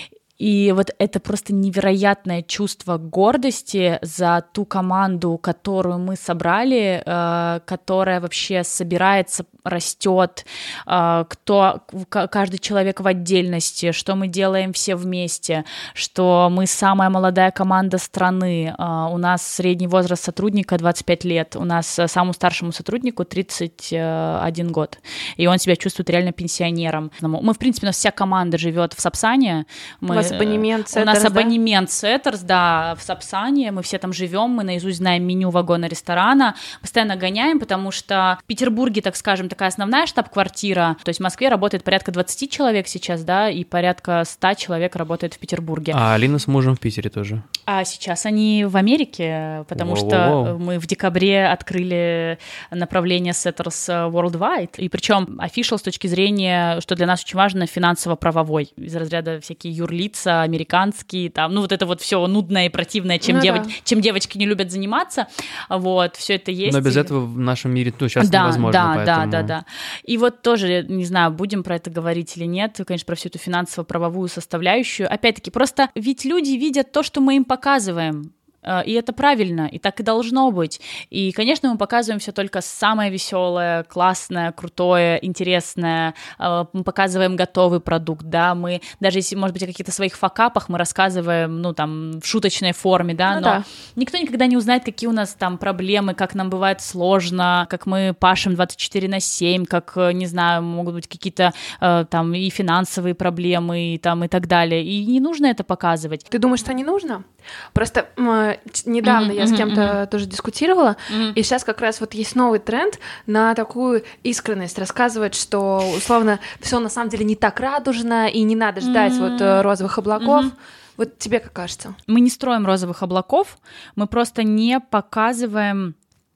И вот это просто невероятное чувство гордости за ту команду, которую мы собрали, э, которая вообще собирается, растет, э, кто, каждый человек в отдельности, что мы делаем все вместе, что мы самая молодая команда страны, э, у нас средний возраст сотрудника двадцать пять лет, у нас самому старшему сотруднику тридцать один год, и он себя чувствует реально пенсионером. Мы, в принципе, у нас вся команда живет в Сапсане. Мы, у вас абонемент Settlers, У нас да? абонемент Settlers, да, в Сапсане, мы все там живем, мы наизусть знаем меню вагона ресторана, постоянно гоняем, потому что в Петербурге, так скажем, такая основная штаб-квартира, то есть в Москве работает порядка двадцать человек сейчас, да, и порядка сто человек работает в Петербурге. А Алина с мужем в Питере тоже? А сейчас они в Америке, потому Воу-воу-воу. что мы в декабре открыли направление Settlers Worldwide, и причем official с точки зрения, что для нас очень важно, финансово-правовой, из разряда всякие юрлица, американские, там, ну вот это вот все нудное и противное, чем, ну, дев... да. чем девочки не любят заниматься, вот, все это есть. Но без и... этого в нашем мире, ну, сейчас да, невозможно, да, поэтому... да, да, да. И вот тоже, не знаю, будем про это говорить или нет, конечно, про всю эту финансово-правовую составляющую. Опять-таки, просто ведь люди видят то, что мы им показываем. И это правильно, и так и должно быть. И, конечно, мы показываем все только самое веселое, классное, крутое, интересное. Мы показываем готовый продукт, да. Мы даже если, может быть, о каких-то своих факапах мы рассказываем, ну, там, в шуточной форме, да, ну, но да. никто никогда не узнает, какие у нас там проблемы, как нам бывает сложно, как мы пашем двадцать четыре на семь, как, не знаю, могут быть какие-то там и финансовые проблемы, и, там, и так далее. И не нужно это показывать. Ты думаешь, что не нужно? Просто э, недавно mm-hmm, я с кем-то mm-hmm. тоже дискутировала, mm-hmm. и сейчас как раз вот есть новый тренд на такую искренность, рассказывать, что условно все на самом деле не так радужно, и не надо ждать mm-hmm. вот э, розовых облаков. Mm-hmm. Вот тебе как кажется? Мы не строим розовых облаков, мы просто не показываем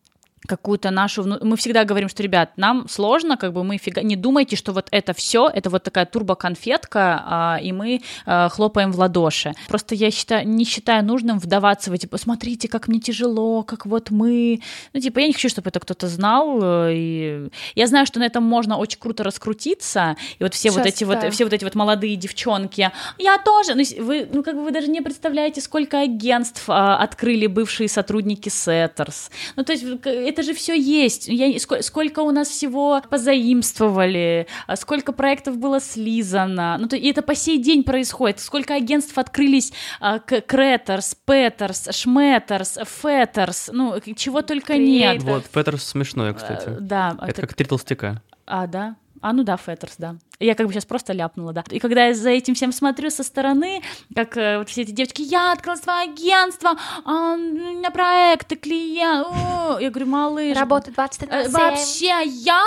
какую-то нашу... Мы всегда говорим, что, ребят, нам сложно, как бы мы фига... Не думайте, что вот это все, это вот такая турбоконфетка, а, и мы а, хлопаем в ладоши. Просто я считаю, не считаю нужным вдаваться в эти... Посмотрите, как мне тяжело, как вот мы... Ну, типа, я не хочу, чтобы это кто-то знал. И... Я знаю, что на этом можно очень круто раскрутиться, и вот все, вот эти, да. вот, все вот эти вот молодые девчонки, я тоже... Ну, вы, ну, как бы вы даже не представляете, сколько агентств а, открыли бывшие сотрудники Setters. Ну, то есть это же все есть. Я, сколько, сколько у нас всего позаимствовали, сколько проектов было слизано. Ну, то, и это по сей день происходит. Сколько агентств открылись а, Кретерс, Петерс, Шметтерс, Феттерс, ну, чего только Creator. Нет. Вот, Феттерс смешное, кстати. А, да. Это, это как три толстяка. А, да? А, ну да, Феттерс, да. Я как бы сейчас просто ляпнула, да. И когда я за этим всем смотрю со стороны, как э, вот все эти девочки, я открыла свое агентство, а, у меня проекты, клиент, о, я говорю, малыш... Работа двадцать четыре на семь. Вообще, я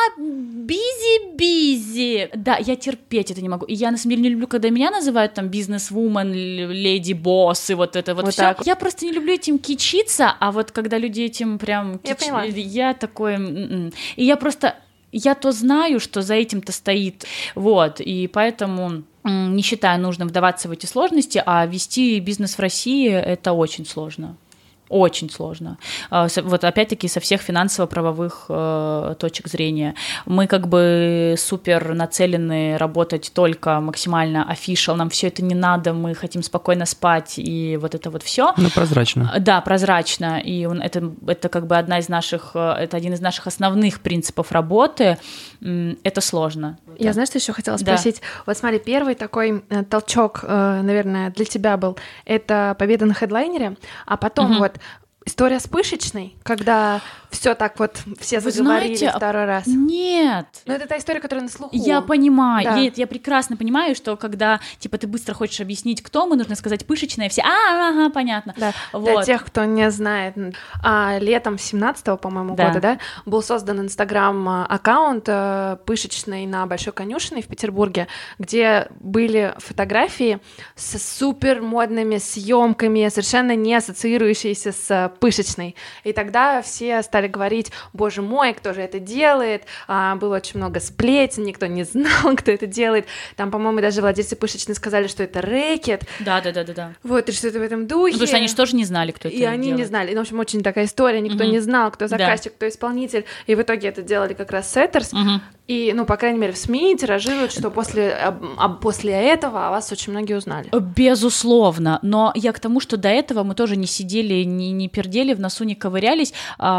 бизи-бизи. Да, я терпеть это не могу. И я, на самом деле, не люблю, когда меня называют там бизнес-вумен, леди-босс и вот это вот, вот все. Я просто не люблю этим кичиться, а вот когда люди этим прям... Я кич... поняла. Я такой... М-м. И я просто... Я то знаю, что за этим-то стоит, вот, и поэтому не считаю нужным вдаваться в эти сложности, а вести бизнес в России – это очень сложно. Очень сложно. Вот опять-таки со всех финансово-правовых э, точек зрения. Мы как бы супер нацелены работать только максимально official, нам все это не надо, мы хотим спокойно спать и вот это вот все. Ну, прозрачно. Да, прозрачно. И это, это как бы одна из наших, это один из наших основных принципов работы. Это сложно. Я, знаешь, что еще хотела спросить? Да. Вот смотри, первый такой э, толчок, э, наверное, для тебя был, это победа на хедлайнере, а потом угу. вот история с пышечной, когда все так вот, все Вы заговорили знаете, второй раз. Нет. Но это та история, которая на слуху. Я понимаю, да. я, я прекрасно понимаю, что когда, типа, ты быстро хочешь объяснить, кто мы, нужно сказать пышечная, все, а, ага, понятно. Да. Вот. Для тех, кто не знает, а, летом семнадцатого, по-моему, да. года, да, был создан инстаграм-аккаунт пышечной на Большой Конюшиной в Петербурге, где были фотографии с супер модными съемками, совершенно не ассоциирующиеся с пышечной. И тогда все стали говорить, боже мой, кто же это делает, а, было очень много сплетен, никто не знал, кто это делает, там, по-моему, даже владельцы пышечной сказали, что это рэкет. Да-да-да-да. Вот, и что-то в этом духе. Ну, потому что они же тоже не знали, кто это И делает. они не знали, и, в общем, очень такая история, никто угу. не знал, кто заказчик, да. кто исполнитель, и в итоге это делали как раз Setters, угу. и, ну, по крайней мере, в СМИ тиражируют, что после, а, а после этого о вас очень многие узнали. Безусловно, но я к тому, что до этого мы тоже не сидели, не, не пердели, в носу не ковырялись.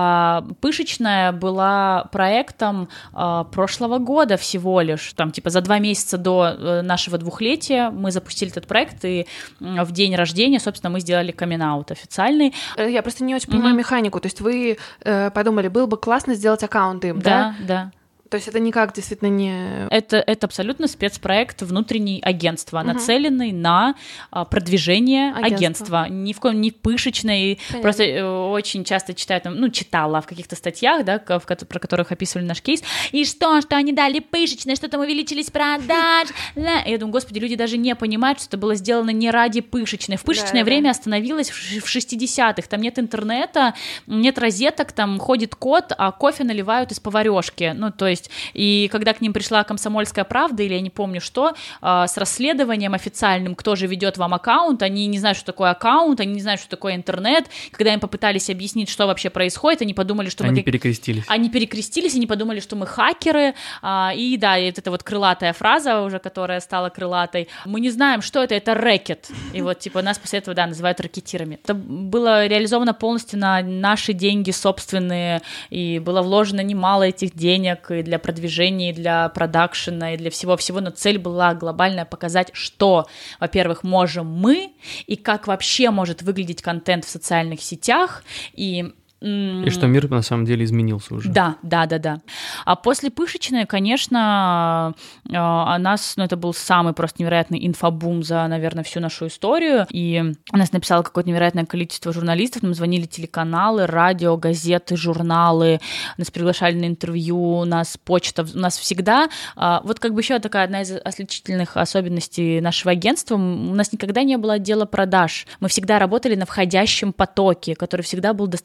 Пышечная была проектом прошлого года всего лишь, там типа за два месяца до нашего двухлетия мы запустили этот проект, и в день рождения, собственно, мы сделали камин-аут официальный. Я просто не очень понимаю mm-hmm. механику, то есть вы э, подумали, было бы классно сделать аккаунт им, да? Да, да. То есть это никак действительно не... Это, это абсолютно спецпроект внутренней агентства, угу. нацеленный на а, продвижение агентства. агентства. Ни в коем не пышечной. Понятно. Просто э, очень часто читаю, там, ну, читала в каких-то статьях, да, в, про которых описывали наш кейс. И что, что они дали пышечной, что там увеличились продаж. Я думаю, господи, люди даже не понимают, что это было сделано не ради пышечной. В пышечное да, время да. остановилось в шестидесятых. Там нет интернета, нет розеток, там ходит кот, а кофе наливают из поварёшки. Ну, то есть и когда к ним пришла «Комсомольская правда», или я не помню что, с расследованием официальным, кто же ведет вам аккаунт, они не знают, что такое аккаунт, они не знают, что такое интернет. Когда им попытались объяснить, что вообще происходит, они подумали, что они мы... перекрестились. Они перекрестились, и не подумали, что мы хакеры. И да, и это вот крылатая фраза уже, которая стала крылатой. Мы не знаем, что это, это рэкет. И вот типа нас после этого, да, называют рэкетирами. Это было реализовано полностью на наши деньги собственные, и было вложено немало этих денег и для продвижения, и для продакшена, и для всего-всего, но цель была глобальная — показать, что, во-первых, можем мы, и как вообще может выглядеть контент в социальных сетях, и И что мир на самом деле изменился уже. Да, да, да, да. А после пышечной, конечно, о нас, ну, это был самый просто невероятный инфобум за, наверное, всю нашу историю. И у нас написало какое-то невероятное количество журналистов, нам звонили телеканалы, радио, газеты, журналы, нас приглашали на интервью, у нас почта, у нас всегда... Вот как бы еще такая одна из отличительных особенностей нашего агентства, у нас никогда не было отдела продаж. Мы всегда работали на входящем потоке, который всегда был достаточно большой.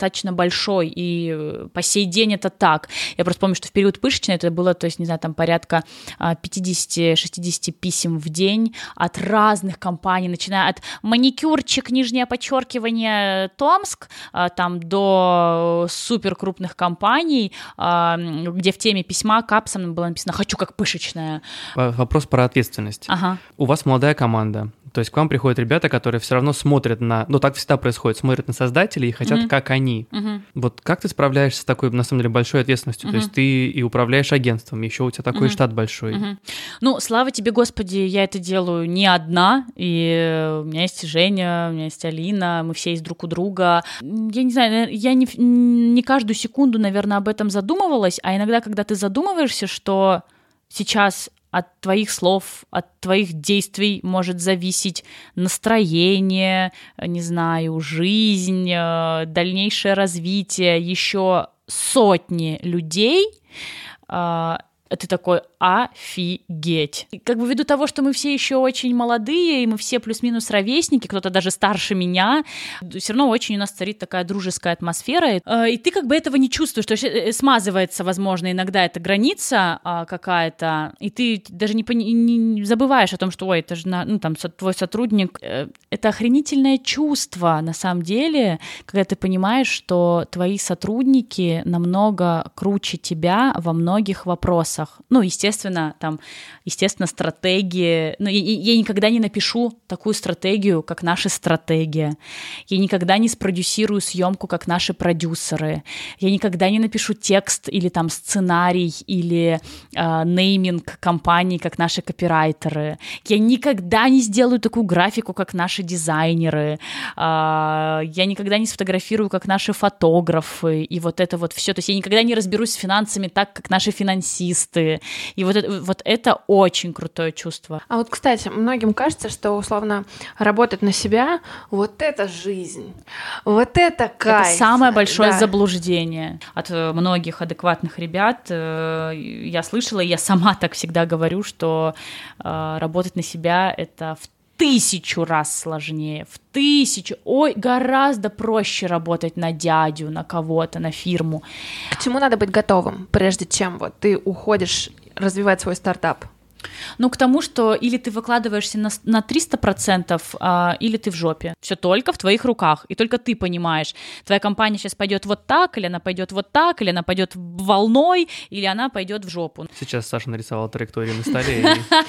большой, и по сей день это так. Я просто помню, что в период пышечной это было, то есть, не знаю, там порядка пятьдесят-шестьдесят писем в день от разных компаний, начиная от маникюрчик, нижнее подчеркивание, Томск, там до супер крупных компаний, где в теме письма капсом было написано «хочу как пышечная». Вопрос про ответственность. Ага. У вас молодая команда, то есть к вам приходят ребята, которые все равно смотрят на, ну так всегда происходит, смотрят на создателей и хотят, mm-hmm. как они. Mm-hmm. Вот как ты справляешься с такой, на самом деле, большой ответственностью? Mm-hmm. То есть ты и управляешь агентством, еще у тебя такой mm-hmm. штат большой. Mm-hmm. Ну, слава тебе, Господи, я это делаю не одна, и у меня есть Женя, у меня есть Алина, мы все есть друг у друга. Я не знаю, я не, не каждую секунду, наверное, об этом задумывалась, а иногда, когда ты задумываешься, что сейчас от твоих слов, от твоих действий может зависеть настроение, не знаю, жизнь, дальнейшее развитие еще сотни людей, ты такой офигеть. И как бы ввиду того, что мы все еще очень молодые, и мы все плюс-минус ровесники, кто-то даже старше меня, все равно очень у нас царит такая дружеская атмосфера, и ты как бы этого не чувствуешь, то есть смазывается, возможно, иногда эта граница какая-то, и ты даже не, пони- не забываешь о том, что, ой, это же, ну, там, твой сотрудник. Это охренительное чувство, на самом деле, когда ты понимаешь, что твои сотрудники намного круче тебя во многих вопросах. Ну, естественно, там, естественно, стратегии. Ну, я, я никогда не напишу такую стратегию, как наша стратегия. Я никогда не спродюсирую съемку, как наши продюсеры. Я никогда не напишу текст или там сценарий или э, нейминг компании, как наши копирайтеры. Я никогда не сделаю такую графику, как наши дизайнеры. Э, я никогда не сфотографирую, как наши фотографы. И вот это вот все. То есть я никогда не разберусь с финансами так, как наши финансисты. И вот это, вот это очень крутое чувство. А вот, кстати, многим кажется, что, условно, работать на себя — вот это жизнь, вот это кайф. Это самое большое да. заблуждение. От многих адекватных ребят я слышала, и я сама так всегда говорю, что работать на себя — это в тысячу раз сложнее, в тысячу, ой, гораздо проще работать на дядю, на кого-то, на фирму. К чему надо быть готовым, прежде чем вот ты уходишь развивать свой стартап? Ну, к тому, что или ты выкладываешься на, на триста процентов, а, или ты в жопе. Все только в твоих руках. И только ты понимаешь, твоя компания сейчас пойдет вот так, или она пойдет вот так, или она пойдет волной, или она пойдет в жопу. Сейчас Саша нарисовала траекторию на столе.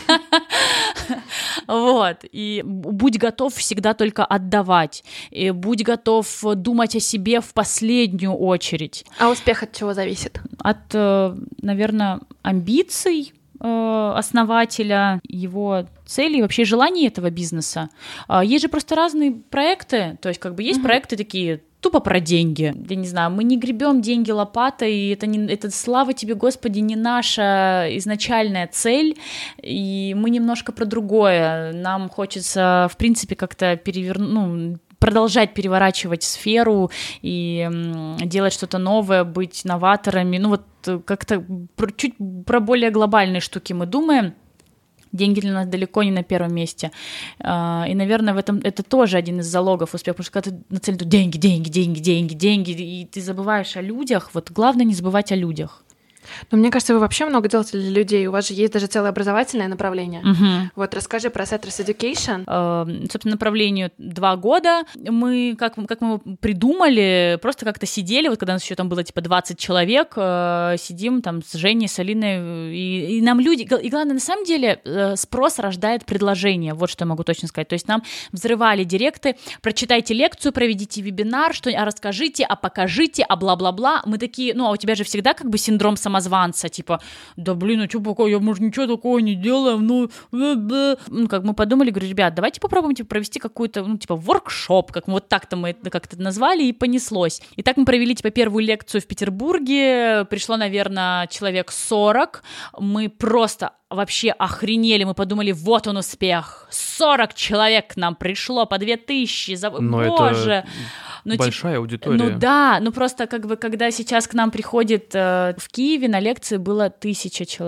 Вот. И будь готов всегда только отдавать. И будь готов думать о себе в последнюю очередь. А успех от чего зависит? От, наверное, амбиций основателя, его целей, вообще желаний этого бизнеса. Есть же просто разные проекты, то есть как бы есть mm-hmm. проекты такие тупо про деньги. Я не знаю, мы не гребем деньги лопатой, и это, не, это, слава тебе, Господи, не наша изначальная цель, и мы немножко про другое. Нам хочется, в принципе, как-то перевернуть, ну, продолжать переворачивать сферу и делать что-то новое, быть новаторами. Ну вот как-то чуть про более глобальные штуки мы думаем. Деньги для нас далеко не на первом месте. И, наверное, в этом это тоже один из залогов успеха, потому что когда ты нацелен, деньги, деньги, деньги, деньги, деньги, и ты забываешь о людях, вот главное не забывать о людях. Но мне кажется, вы вообще много делаете для людей. У вас же есть даже целое образовательное направление. Uh-huh. Вот расскажи про Settlers Education. Uh, собственно, направлению два года. Мы, как, как мы придумали, просто как-то сидели, вот когда у нас еще там было типа двадцать человек, uh, сидим там с Женей, с Алиной, и, и нам люди... И главное, на самом деле, спрос рождает предложение. Вот что я могу точно сказать. То есть нам взрывали директы: прочитайте лекцию, проведите вебинар, что, а расскажите, а покажите, а бла-бла-бла. Мы такие, ну, а у тебя же всегда как бы синдром самозванца, типа, да блин, а что пока, я, может, ничего такого не делаем, ну, ну, как мы подумали, говорю, ребят, давайте попробуем, типа, провести какую-то, ну, типа, воркшоп, как мы вот так-то мы это как-то назвали, и понеслось. И так мы провели, типа, первую лекцию в Петербурге, пришло, наверное, человек сорок, мы просто вообще охренели, мы подумали, вот он успех, сорок человек к нам пришло, по две тысячи, за... боже! Это... Ну, большая типа, аудитория. Ну да, ну просто как бы, когда сейчас к нам приходит э, в Киеве на лекции было тысяча человек.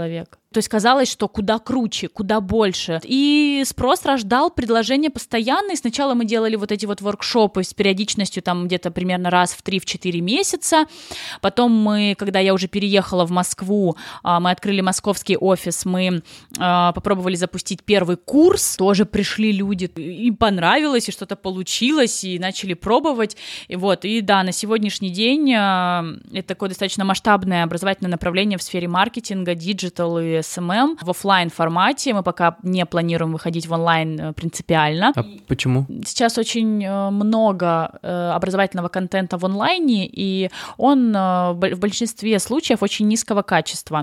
То есть казалось, что куда круче, куда больше. И спрос рождал предложения постоянные. Сначала мы делали вот эти вот воркшопы с периодичностью там где-то примерно раз в три-четыре месяца. Потом мы, когда я уже переехала в Москву, мы открыли московский офис, мы попробовали запустить первый курс. Тоже пришли люди, им понравилось, и что-то получилось, и начали пробовать. И вот, и да, на сегодняшний день это такое достаточно масштабное образовательное направление в сфере маркетинга, диджитал и эс эм эм в офлайн формате. Мы пока не планируем выходить в онлайн принципиально. А почему? Сейчас очень много образовательного контента в онлайне, и он в большинстве случаев очень низкого качества.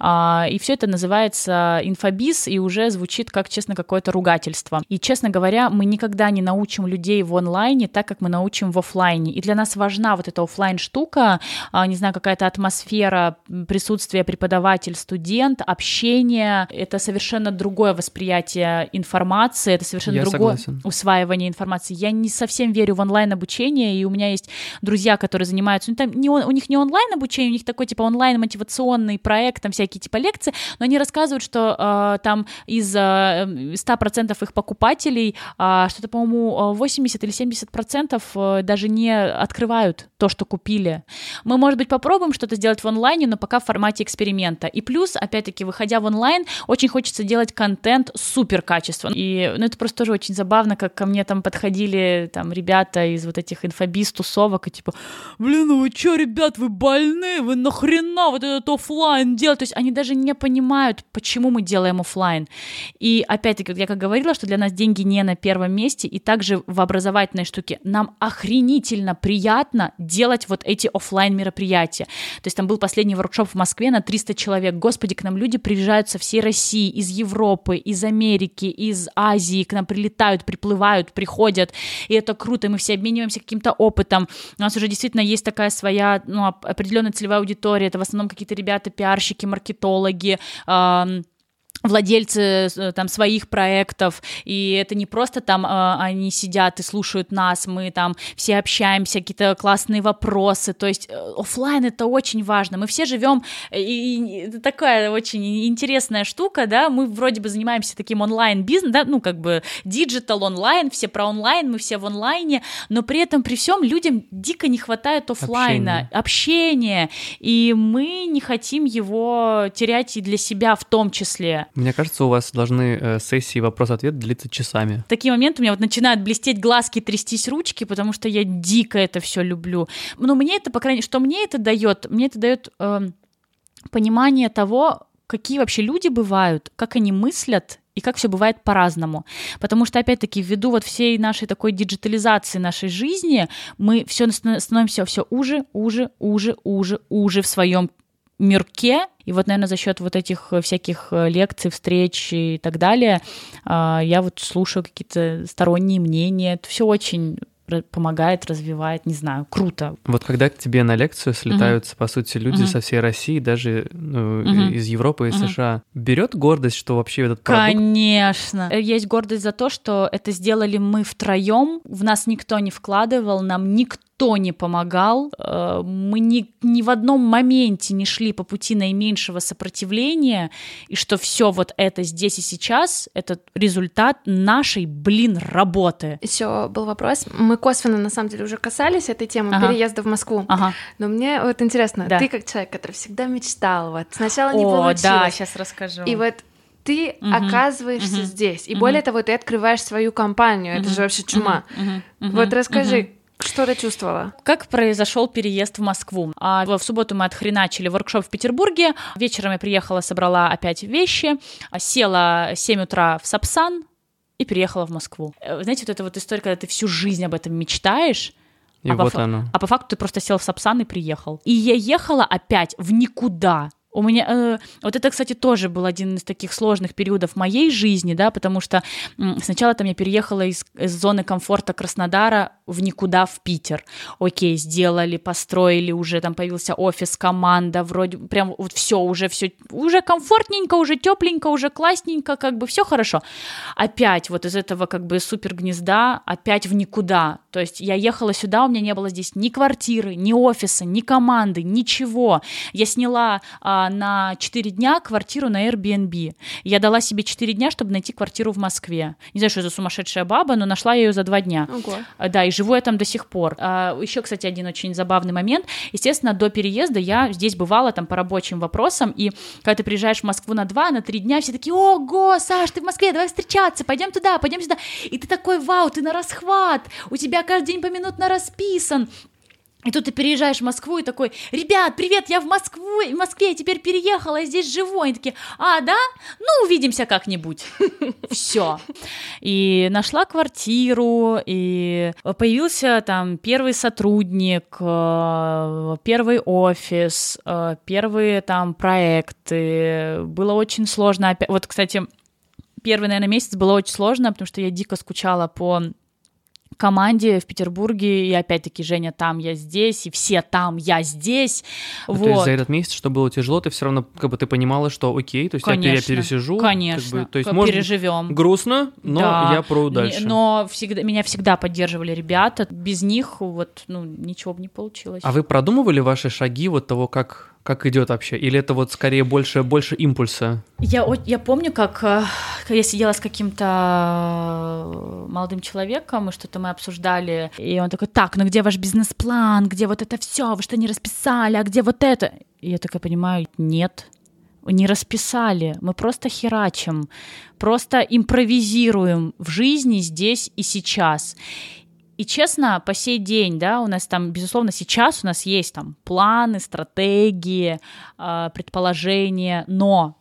И все это называется инфобиз, и уже звучит как, честно, какое-то ругательство. И, честно говоря, мы никогда не научим людей в онлайне так, как мы научим в офлайне. И для нас важна вот эта офлайн штука, не знаю, какая-то атмосфера, присутствие преподаватель, студент, общение. Это совершенно другое восприятие информации, это совершенно Я другое согласен. усваивание информации. Я не совсем верю в онлайн-обучение, и у меня есть друзья, которые занимаются, ну, там не, у них не онлайн-обучение, у них такой типа онлайн-мотивационный проект, там всякие типа лекции, но они рассказывают, что э, там из э, сто процентов их покупателей э, что-то, по-моему, восемьдесят или семьдесят процентов э, даже не открывают то, что купили. Мы, может быть, попробуем что-то сделать в онлайне, но пока в формате эксперимента. И плюс, опять-таки, выходя в онлайн, очень хочется делать контент супер качественно. И ну, это просто тоже очень забавно, как ко мне там подходили там ребята из вот этих инфобиз-тусовок и типа, блин, ну вы чё, ребят, вы больны, вы нахрена вот этот офлайн делать? То есть они даже не понимают, почему мы делаем офлайн. И опять-таки, я как говорила, что для нас деньги не на первом месте, и также в образовательной штуке нам охренительно приятно делать вот эти офлайн мероприятия. То есть там был последний воркшоп в Москве на триста человек. Господи, к нам люди приезжают со всей России, из Европы, из Америки, из Азии, к нам прилетают, приплывают, приходят, и это круто, и мы все обмениваемся каким-то опытом. У нас уже действительно есть такая своя, ну, определенная целевая аудитория, это в основном какие-то ребята, пиарщики, маркетологи, эм, владельцы там своих проектов, и это не просто там э, они сидят и слушают нас, мы там все общаемся, какие-то классные вопросы, то есть э, офлайн это очень важно, мы все живем, и, и это такая очень интересная штука, да, мы вроде бы занимаемся таким онлайн-бизнесом, да, ну как бы диджитал онлайн, все про онлайн, мы все в онлайне, но при этом при всем людям дико не хватает офлайна, общения, общения, и мы не хотим его терять и для себя в том числе. Мне кажется, у вас должны э, сессии вопрос-ответ длиться часами. В такие моменты у меня вот начинают блестеть глазки, трястись ручки, потому что я дико это все люблю. Но мне это, по крайней мере, что мне это дает? Мне это дает э, понимание того, какие вообще люди бывают, как они мыслят, и как все бывает по-разному. Потому что, опять-таки, ввиду вот всей нашей такой диджитализации нашей жизни, мы все становимся все уже, уже, уже, уже, уже в своем мирке, и вот, наверное, за счет вот этих всяких лекций, встреч и так далее, я вот слушаю какие-то сторонние мнения, это все очень помогает, развивает, не знаю, круто. Вот когда к тебе на лекцию слетаются, uh-huh. по сути, люди uh-huh. со всей России, даже ну, uh-huh. из Европы, из uh-huh. США, берет гордость, что вообще этот продукт? Конечно. Есть гордость за то, что это сделали мы втроем, в нас никто не вкладывал, нам никто Никто не помогал, мы ни, ни в одном моменте не шли по пути наименьшего сопротивления, и что все вот это здесь и сейчас, это результат нашей, блин, работы. Еще был вопрос, мы косвенно, на самом деле, уже касались этой темы ага. переезда в Москву, ага. но мне вот интересно, да. ты как человек, который всегда мечтал, вот сначала не О, получилось. да, сейчас расскажу. И вот ты угу, оказываешься угу, здесь, и угу. более того, ты открываешь свою компанию, угу, это же вообще чума. Угу, угу, вот расскажи, угу. Что ты чувствовала? Как произошел переезд в Москву? А в субботу мы отхреначили воркшоп в Петербурге. Вечером я приехала, собрала опять вещи, села в семь утра в Сапсан и переехала в Москву. Знаете, вот эта вот история, когда ты всю жизнь об этом мечтаешь, и а, вот по, оно. а по факту ты просто сел в Сапсан и приехал. И я ехала опять в никуда. У меня, э, вот это, кстати, тоже был один из таких сложных периодов моей жизни, да, потому что м, сначала там я переехала из, из зоны комфорта Краснодара в никуда, в Питер. Окей, сделали, построили, уже там появился офис, команда, вроде прям вот все, уже все, уже комфортненько, уже тепленько, уже классненько, как бы все хорошо. Опять вот из этого как бы супер гнезда, опять в никуда. То есть я ехала сюда, у меня не было здесь ни квартиры, ни офиса, ни команды, ничего. Я сняла а, на четыре дня квартиру на Airbnb. Я дала себе четыре дня, чтобы найти квартиру в Москве. Не знаю, что это сумасшедшая баба, но нашла я ее за два дня. Ого. Да, и живу я там до сих пор. А, еще, кстати, один очень забавный момент. Естественно, до переезда я здесь бывала там по рабочим вопросам, и когда ты приезжаешь в Москву на два, на три дня, все такие: ого, Саш, ты в Москве, давай встречаться, пойдем туда, пойдем сюда. И ты такой: вау, ты на расхват, у тебя каждый день поминутно расписан. И тут ты переезжаешь в Москву и такой: ребят, привет, я в Москву, в Москве, я теперь переехала, я здесь живу. Они такие: а, да? Ну, увидимся как-нибудь. Все. И нашла квартиру, и появился там первый сотрудник, первый офис, первые там проекты. Было очень сложно. Вот, кстати, первый, наверное, месяц было очень сложно, потому что я дико скучала по команде в Петербурге, и опять-таки Женя там, я здесь, и все там, я здесь. А вот. То есть за этот месяц, что было тяжело, ты все равно как бы ты понимала, что окей, то есть конечно, я пересижу. Конечно, как бы, то есть, как может, переживем. Грустно, но да. я пру дальше. Но всегда, меня всегда поддерживали ребята, без них вот, ну, ничего бы не получилось. А вы продумывали ваши шаги вот того, как, как идет вообще? Или это вот скорее больше, больше импульса? Я, я помню, как, как я сидела с каким-то молодым человеком, и что-то мы обсуждали, и он такой: так, ну где ваш бизнес-план, где вот это все, вы что не расписали, а где вот это? И я такая понимаю: нет, не расписали, мы просто херачим, просто импровизируем в жизни здесь и сейчас. И честно, по сей день, да, у нас там, безусловно, сейчас у нас есть там планы, стратегии, предположения, но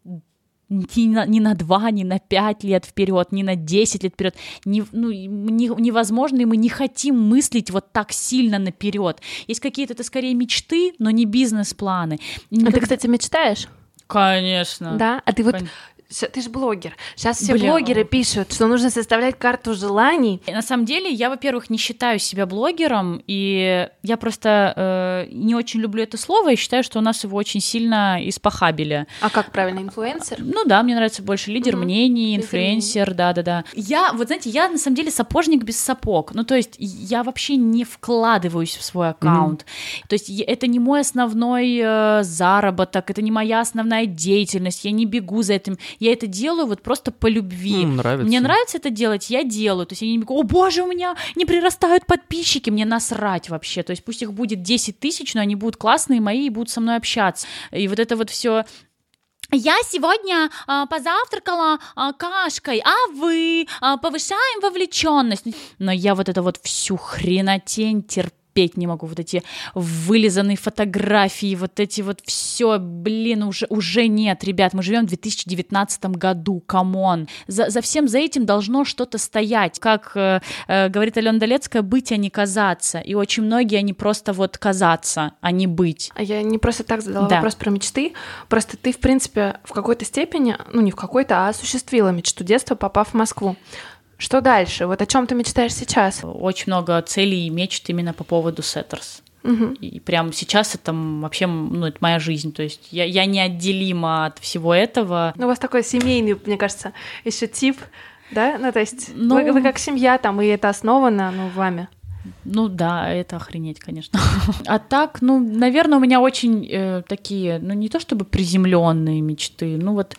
ни на, ни на два, ни на пять лет вперед, ни на десять лет вперед. Не, ну, не, невозможно, и мы не хотим мыслить вот так сильно наперед. Есть какие-то, это скорее мечты, но не бизнес-планы. А ты, кстати, мечтаешь? Конечно. Да? А ты вот... Кон... Ты же блогер. Сейчас все Бля. блогеры пишут, что нужно составлять карту желаний. На самом деле, я, во-первых, не считаю себя блогером, и я просто э, не очень люблю это слово, и считаю, что у нас его очень сильно испохабили. А как правильно, инфлюенсер? Ну да, мне нравится больше лидер Угу. мнений, инфлюенсер, да-да-да. Я, вот знаете, я на самом деле сапожник без сапог. Ну то есть я вообще не вкладываюсь в свой аккаунт. Mm-hmm. То есть это не мой основной э, заработок, это не моя основная деятельность, я не бегу за этим. Я это делаю вот просто по любви. Mm, нравится. Мне нравится это делать, я делаю. То есть я не бегу: о боже, у меня не прирастают подписчики, мне насрать вообще. То есть пусть их будет десять тысяч, но они будут классные мои и будут со мной общаться. И вот это вот все. Я сегодня а, позавтракала а, кашкой, а вы а, повышаем вовлеченность. Но я вот это вот всю хренотень терпеть не могу, вот эти вылизанные фотографии, вот эти вот все, блин, уже, уже нет, ребят, мы живем в две тысячи девятнадцатом году, камон, за, за всем за этим должно что-то стоять, как э, э, говорит Алена Долецкая: быть, а не казаться, и очень многие, они просто вот казаться, а не быть. А я не просто так задала да. вопрос про мечты, просто ты, в принципе, в какой-то степени, ну не в какой-то, а осуществила мечту детства, попав в Москву. Что дальше? Вот о чем ты мечтаешь сейчас? Очень много целей и мечт именно по поводу Setters. Угу. И прямо сейчас это вообще, ну, это моя жизнь. То есть я, я неотделима от всего этого. Ну, у вас такой семейный, мне кажется, еще тип, да? Ну, то есть ну, вы, вы как семья там, и это основано, ну, вами. Ну да, это охренеть, конечно. А так, ну, наверное, у меня очень э, такие, ну, не то чтобы приземленные мечты, ну вот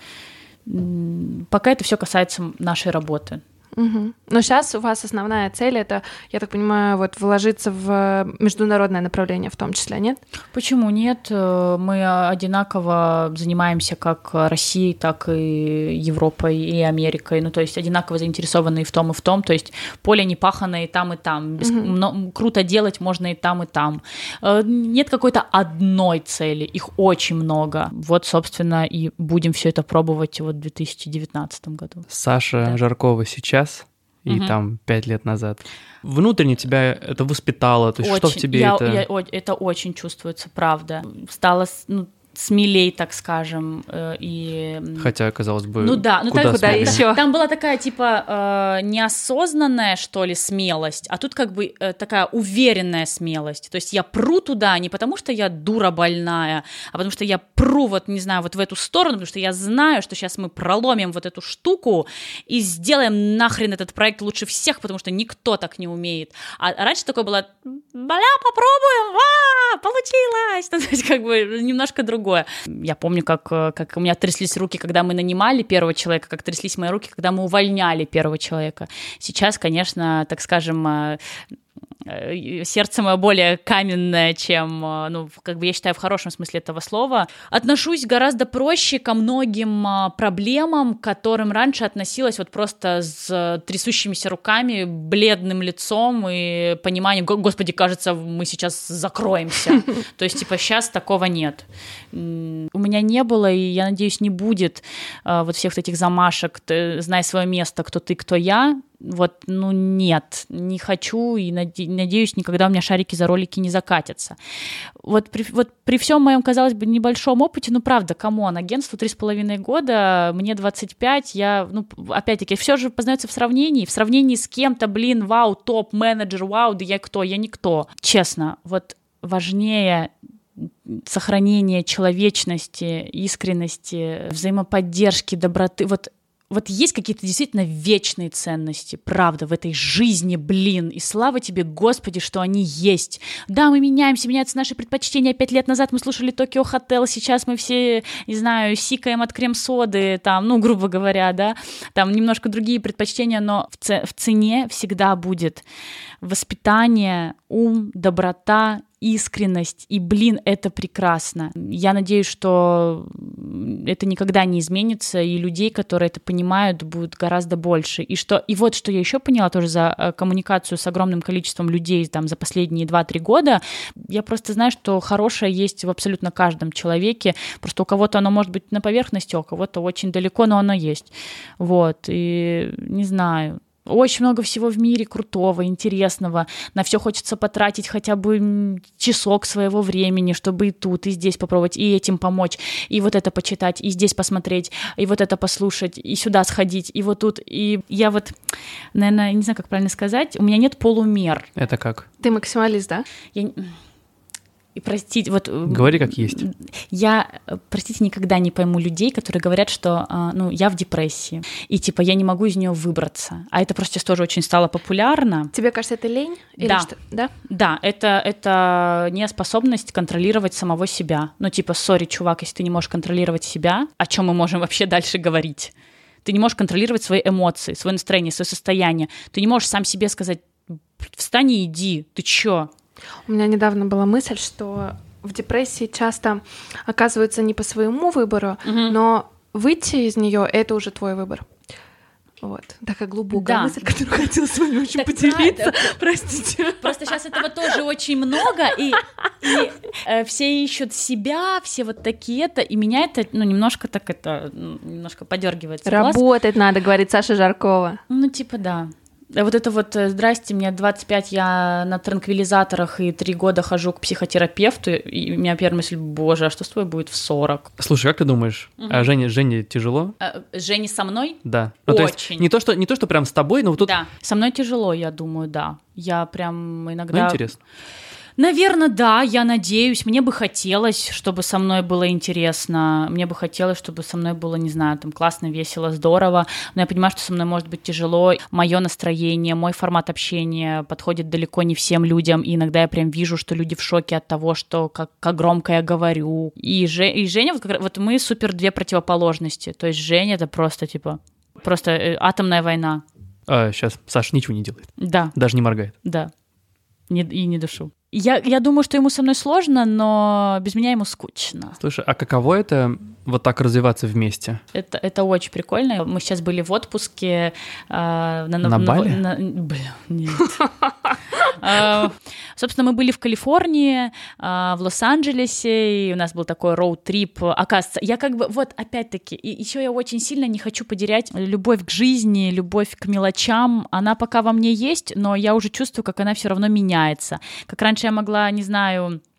м- пока это все касается нашей работы. Угу. Но сейчас у вас основная цель — это, я так понимаю, вот вложиться в международное направление в том числе, нет? Почему нет? Мы одинаково занимаемся как Россией, так и Европой и Америкой. Ну, то есть одинаково заинтересованы и в том, и в том. То есть поле не паханое и там, и там. Без... Mm-hmm. Но... Круто делать можно и там, и там. Нет какой-то одной цели. Их очень много. Вот, собственно, и будем все это пробовать вот в две тысячи девятнадцатом году. Саша да. Жаркова сейчас и угу. там пять лет назад. Внутренне тебя это воспитало? То есть очень, что в тебе я, это... Я, это очень чувствуется, правда. Стало, ну, смелей, так скажем, и... Хотя, казалось бы, ну да, ну куда, так, куда еще? Там была такая, типа, неосознанная, что ли, смелость, а тут как бы такая уверенная смелость. То есть я пру туда не потому, что я дура больная, а потому что я пру, вот, не знаю, вот в эту сторону, потому что я знаю, что сейчас мы проломим вот эту штуку и сделаем нахрен этот проект лучше всех, потому что никто так не умеет. А раньше такое было, бля, попробуем, ва, получилось! То есть как бы немножко другое. Я помню, как, как у меня тряслись руки, когда мы нанимали первого человека, как тряслись мои руки, когда мы увольняли первого человека. Сейчас, конечно, так скажем, сердце мое более каменное, чем, ну, как бы я считаю, в хорошем смысле этого слова. Отношусь гораздо проще ко многим проблемам, к которым раньше относилась вот просто с трясущимися руками, бледным лицом и пониманием, господи, кажется, мы сейчас закроемся. То есть, типа, сейчас такого нет. У меня не было, и, я надеюсь, не будет вот всех этих замашек, знай свое место, кто ты, кто я. Вот, ну, нет, не хочу и наде- надеюсь, никогда у меня шарики за ролики не закатятся. Вот при, вот при всем моем, казалось бы, небольшом опыте, ну, правда, камон, агентству три с половиной года, мне двадцать пять, я, ну, опять-таки, все же познается в сравнении, в сравнении с кем-то, блин, вау, топ-менеджер, вау, да я кто, я никто. Честно, вот важнее сохранение человечности, искренности, взаимоподдержки, доброты, вот Вот есть какие-то действительно вечные ценности, правда, в этой жизни, блин, и слава тебе, Господи, что они есть. Да, мы меняемся, меняются наши предпочтения. Пять лет назад мы слушали Токио Хотел, сейчас мы все, не знаю, сикаем от крем-соды, там, ну, грубо говоря, да, там немножко другие предпочтения, но в, ц- в цене всегда будет воспитание, ум, доброта, искренность, и, блин, это прекрасно. Я надеюсь, что это никогда не изменится, и людей, которые это понимают, будет гораздо больше. И, что, и вот что я еще поняла тоже за коммуникацию с огромным количеством людей там, за последние два-три года, я просто знаю, что хорошее есть в абсолютно каждом человеке, просто у кого-то оно может быть на поверхности, а у кого-то очень далеко, но оно есть. Вот, и не знаю... Очень много всего в мире крутого, интересного. На все хочется потратить хотя бы часок своего времени, чтобы и тут, и здесь попробовать, и этим помочь, и вот это почитать, и здесь посмотреть, и вот это послушать, и сюда сходить, и вот тут. И я вот, наверное, не знаю, как правильно сказать, у меня нет полумер. Это как? Ты максималист, да? Я... И простите, вот... Говори как есть. Я, простите, никогда не пойму людей, которые говорят, что, ну, я в депрессии, и, типа, я не могу из нее выбраться. А это просто сейчас тоже очень стало популярно. Тебе кажется, это лень? Или да. Что? Да. Да, это, это неспособность контролировать самого себя. Ну, типа, сори, чувак, если ты не можешь контролировать себя, о чем мы можем вообще дальше говорить? Ты не можешь контролировать свои эмоции, свое настроение, свое состояние. Ты не можешь сам себе сказать, встань и иди, ты чё? У меня недавно была мысль, что в депрессии часто оказываются не по своему выбору, угу. но выйти из нее это уже твой выбор. Вот. Такая глубокая да. мысль, которую хотела с вами очень так поделиться. Да, да. Простите. Просто сейчас этого тоже очень много, и, и э, все ищут себя, все вот такие-то, и меня это, ну, немножко так это, немножко подергивает. Работать надо, говорит Саша Жаркова. Ну, типа, да. Вот это вот, здрасте, мне двадцать пять, я на транквилизаторах и три года хожу к психотерапевту, и у меня первая мысль, боже, а что с тобой будет в сорок? Слушай, как ты думаешь, угу. а Жене, Жене тяжело? А, Жене со мной? Да. Ну, очень. То есть не то, что, не то, что прям с тобой, но вот тут... Да, со мной тяжело, я думаю, да. Я прям иногда... Ну, интересно. Наверное, да, я надеюсь. Мне бы хотелось, чтобы со мной было интересно. Мне бы хотелось, чтобы со мной было, не знаю, там классно, весело, здорово. Но я понимаю, что со мной может быть тяжело. Мое настроение, мой формат общения подходит далеко не всем людям. И иногда я прям вижу, что люди в шоке от того, что как, как громко я говорю. И, Же, и Женя, вот, как, вот мы супер две противоположности. То есть Женя — это просто типа просто э, атомная война. А, сейчас Саша ничего не делает. Да. Даже не моргает. Да. Не, и не дышу. Я, я думаю, что ему со мной сложно, но без меня ему скучно. Слушай, а каково это вот так развиваться вместе? Это, это очень прикольно. Мы сейчас были в отпуске. Э, на, на Бали? На, блин, нет. Собственно, мы были в Калифорнии, в Лос-Анджелесе, и у нас был такой роуд-трип. Оказывается, я как бы, вот опять-таки, и еще я очень сильно не хочу потерять любовь к жизни, любовь к мелочам. Она пока во мне есть, но я уже чувствую, как она все равно меняется. Как раньше я могла, не знаю,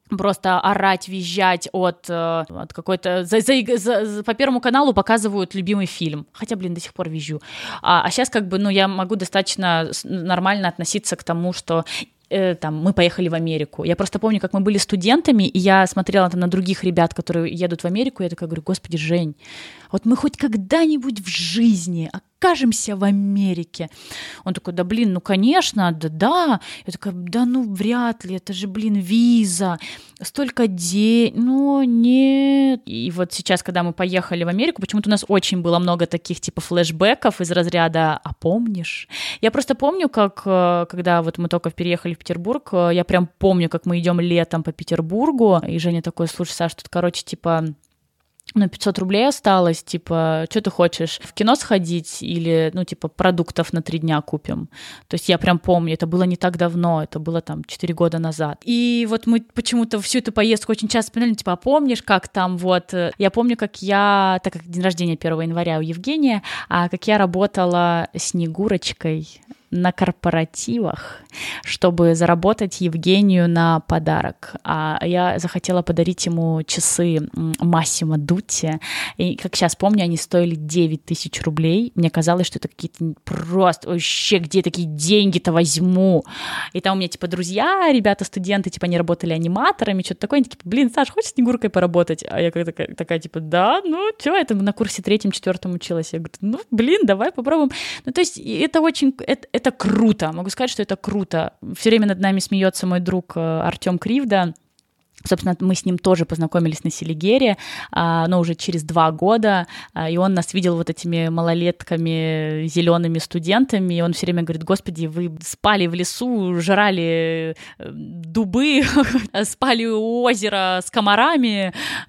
просто орать, визжать от, от какой-то... За, за, за, по Первому каналу показывают любимый фильм. Хотя, блин, до сих пор визжу. А, а сейчас как бы, ну, я могу достаточно нормально относиться к тому, что э, там, мы поехали в Америку. Я просто помню, как мы были студентами, и я смотрела там на других ребят, которые едут в Америку, и я такая говорю: господи, Жень, вот мы хоть когда-нибудь в жизни окажемся в Америке. Он такой: да блин, ну конечно, да, да. Я такая: да ну вряд ли, это же, блин, виза, столько денег, ну нет. И вот сейчас, когда мы поехали в Америку, почему-то у нас очень было много таких типа флешбеков из разряда: а помнишь? Я просто помню, как, когда вот мы только переехали в Петербург, я прям помню, как мы идем летом по Петербургу, и Женя такой: слушай, Саш, тут, короче, типа... ну, пятьсот рублей осталось, типа, что ты хочешь, в кино сходить или, ну, типа, продуктов на три дня купим? То есть я прям помню, это было не так давно, это было там четыре года назад. И вот мы почему-то всю эту поездку очень часто вспоминали, типа: а помнишь, как там вот... Я помню, как я, так как день рождения первого января у Евгения, а как я работала Снегурочкой на корпоративах, чтобы заработать Евгению на подарок. А я захотела подарить ему часы Массимо Дутти, и, как сейчас помню, они стоили девять тысяч рублей. Мне казалось, что это какие-то просто вообще, где такие деньги-то возьму? И там у меня, типа, друзья, ребята, студенты, типа, они работали аниматорами, что-то такое, они такие: блин, Саш, хочешь Снегуркой поработать? А я такая, такая типа: да, ну, чё, это на курсе третьем-четвертом училась. Я говорю: ну, блин, давай попробуем. Ну, то есть это очень... Это, это круто, могу сказать, что это круто. Все время над нами смеется мой друг Артем Кривда. Собственно, мы с ним тоже познакомились на Селигере, но уже через два года, и он нас видел вот этими малолетками, зелеными студентами, и он все время говорит: господи, вы спали в лесу, жрали дубы, спали у озера с комарами,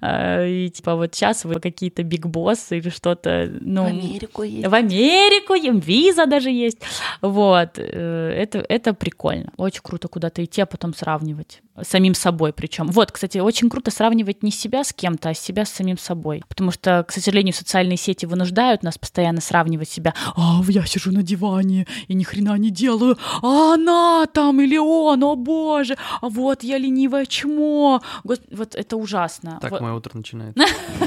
и типа вот сейчас вы какие-то бигбоссы или что-то. Ну, в Америку ездить. В Америку, виза даже есть. Вот, это, это прикольно. Очень круто куда-то идти, а потом сравнивать. Самим собой причем. Вот, кстати, очень круто сравнивать не себя с кем-то, а себя с самим собой. Потому что, к сожалению, социальные сети вынуждают нас постоянно сравнивать себя. А, я сижу на диване и ни хрена не делаю. А она там или он, о боже. А вот я ленивое чмо. Господи, вот это ужасно. Так вот. Мое утро начинается.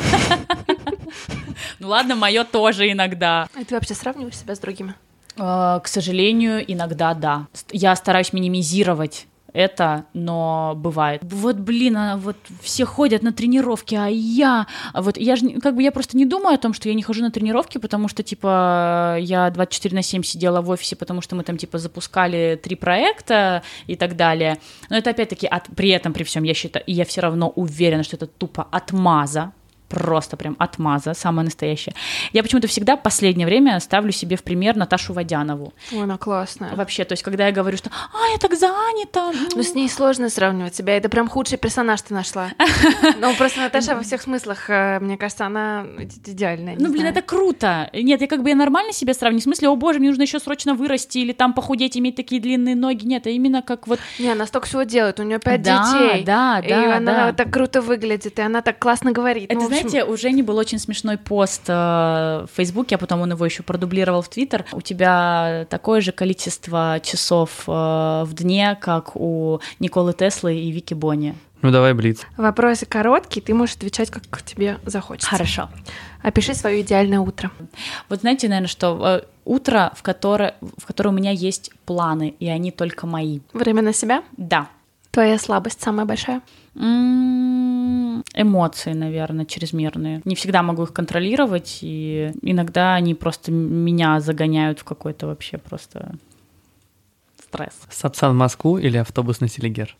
Ну ладно, мое тоже иногда. А ты вообще сравниваешь себя с другими? К сожалению, иногда да. Я стараюсь минимизировать это, но бывает. Вот, блин, а вот все ходят на тренировки, а я... Вот я же, как бы, я просто не думаю о том, что я не хожу на тренировки, потому что, типа, я двадцать четыре на семь сидела в офисе, потому что мы там, типа, запускали три проекта и так далее. Но это, опять-таки, от, при этом, при всем, я считаю, и я все равно уверена, что это тупо отмаза, просто прям отмаза, самая настоящая. Я почему-то всегда в последнее время ставлю себе в пример Наташу Водянову. Ой, она классная. Вообще, то есть, когда я говорю, что «а, я так занята». Ну, ну с ней сложно сравнивать себя, это прям худший персонаж ты нашла. Ну, просто Наташа во всех смыслах, мне кажется, она идеальная. Ну, блин, это круто. Нет, я как бы я нормально себя сравниваю, в смысле: о боже, мне нужно еще срочно вырасти или там похудеть, иметь такие длинные ноги. Нет, а именно как вот... Не, она столько всего делает, у нее пять да, детей. Да, да, и да. она так круто выглядит, и она так классно говорит. Это, ну, знаете, у Жени был очень смешной пост э, в Фейсбуке, а потом он его еще продублировал в Твиттер. У тебя такое же количество часов э, в дне, как у Николы Теслы и Вики Бонни. Ну давай блиц. Вопросы короткие, ты можешь отвечать, как тебе захочется. Хорошо. Опиши свое идеальное утро. Вот знаете, наверное, что э, утро, в которое, в которое у меня есть планы, и они только мои. Время на себя? Да. Твоя слабость самая большая? М-м- эмоции, наверное, чрезмерные. Не всегда могу их контролировать, и иногда они просто меня загоняют в какой-то вообще просто стресс. Сапсан в Москву или автобус на Селигер?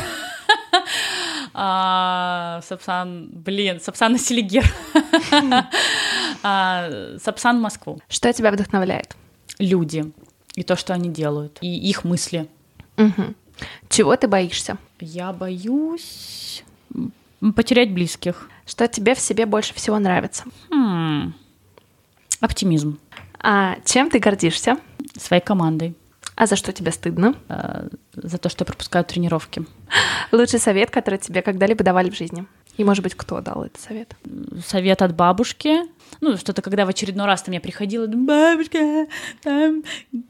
Сапсан, блин, Сапсан на Селигер. Сапсан в Москву. Что тебя вдохновляет? Люди и то, что они делают, и их мысли. Угу. Чего ты боишься? Я боюсь потерять близких. Что тебе в себе больше всего нравится? Хм. Оптимизм. А чем ты гордишься? Своей командой. А за что тебе стыдно? А, за то, что я пропускаю тренировки. Лучший совет, который тебе когда-либо давали в жизни? И, может быть, кто дал этот совет? Совет от бабушки. Ну, что-то, когда в очередной раз там я приходила, думаю: бабушка, там...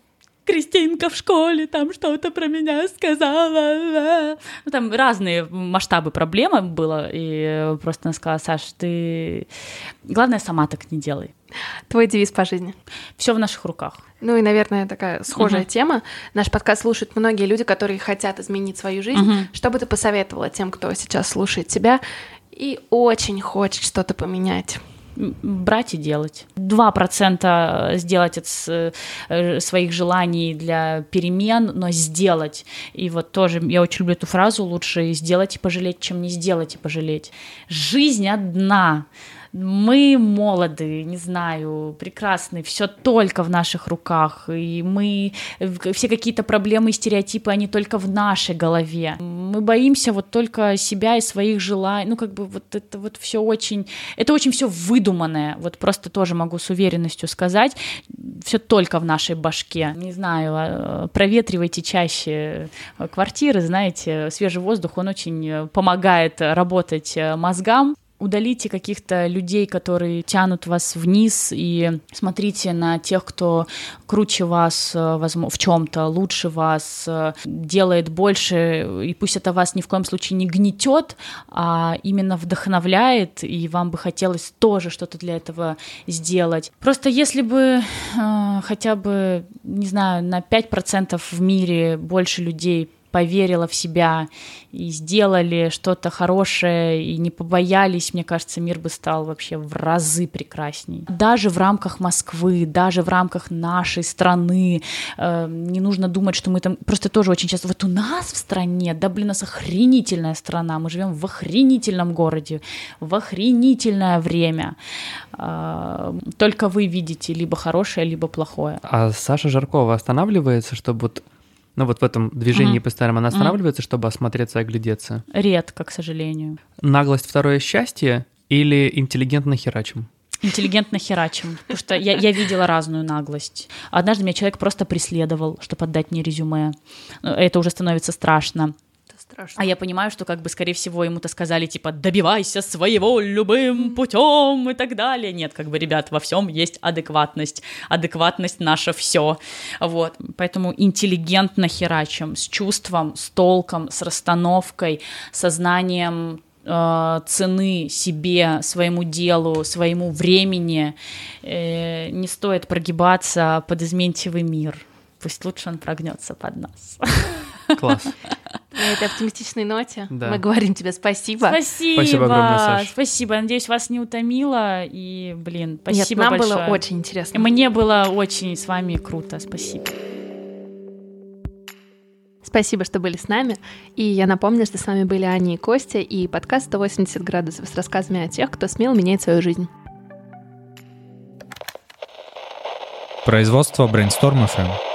Кристинка в школе там что-то про меня сказала. Ну, там разные масштабы проблемы было, и просто она сказала: Саш, ты... Главное, сама так не делай. Твой девиз по жизни? Все в наших руках. Ну и, наверное, такая схожая uh-huh. тема. Наш подкаст слушают многие люди, которые хотят изменить свою жизнь. Uh-huh. Что бы ты посоветовала тем, кто сейчас слушает тебя и очень хочет что-то поменять? Брать и делать. Два процента сделать от своих желаний для перемен, но сделать. И вот тоже я очень люблю эту фразу: лучше сделать и пожалеть, чем не сделать и пожалеть. Жизнь одна. Мы молоды, не знаю, прекрасны, все только в наших руках, и мы, все какие-то проблемы и стереотипы, они только в нашей голове. Мы боимся вот только себя и своих желаний, ну как бы вот это вот все очень, это очень все выдуманное, вот просто тоже могу с уверенностью сказать, все только в нашей башке. Не знаю, проветривайте чаще квартиры, знаете, свежий воздух, он очень помогает работать мозгам. Удалите каких-то людей, которые тянут вас вниз, и смотрите на тех, кто круче вас, в чем-то, лучше вас, делает больше, и пусть это вас ни в коем случае не гнетет, а именно вдохновляет, и вам бы хотелось тоже что-то для этого сделать. Просто если бы э, хотя бы, не знаю, на пять процентов в мире больше людей поверила в себя и сделали что-то хорошее, и не побоялись, мне кажется, мир бы стал вообще в разы прекрасней. Даже в рамках Москвы, даже в рамках нашей страны, э, не нужно думать, что мы там... Просто тоже очень часто... Вот у нас в стране, да, блин, у нас охренительная страна, мы живем в охренительном городе, в охренительное время. Э, только вы видите либо хорошее, либо плохое. А Саша Жаркова останавливается, чтобы вот Ну вот в этом движении mm-hmm. постоянно она останавливается, mm-hmm. чтобы осмотреться и оглядеться? Редко, к сожалению. Наглость — второе счастье или интеллигентно херачим? Интеллигентно херачим, потому что я, я видела разную наглость. Однажды меня человек просто преследовал, чтобы отдать мне резюме. Это уже становится страшно. Страшно. А я понимаю, что, как бы, скорее всего, ему-то сказали, типа, добивайся своего любым путем и так далее. Нет, как бы, ребят, во всем есть адекватность. Адекватность — наше все. Вот. Поэтому интеллигентно херачим, с чувством, с толком, с расстановкой, сознанием э, цены себе, своему делу, своему времени. Э, не стоит прогибаться под изменчивый мир. Пусть лучше он прогнется под нас. Класс. На этой оптимистичной ноте да. мы говорим тебе спасибо. Спасибо. Спасибо огромное, Саш. Спасибо. Надеюсь, вас не утомило. И, блин, спасибо Нет, нам большое. было очень интересно. И мне было очень с вами круто. Спасибо. Спасибо, что были с нами. И я напомню, что с вами были Аня и Костя, и подкаст сто восемьдесят градусов с рассказами о тех, кто смел менять свою жизнь. Производство Brainstorm эф эм.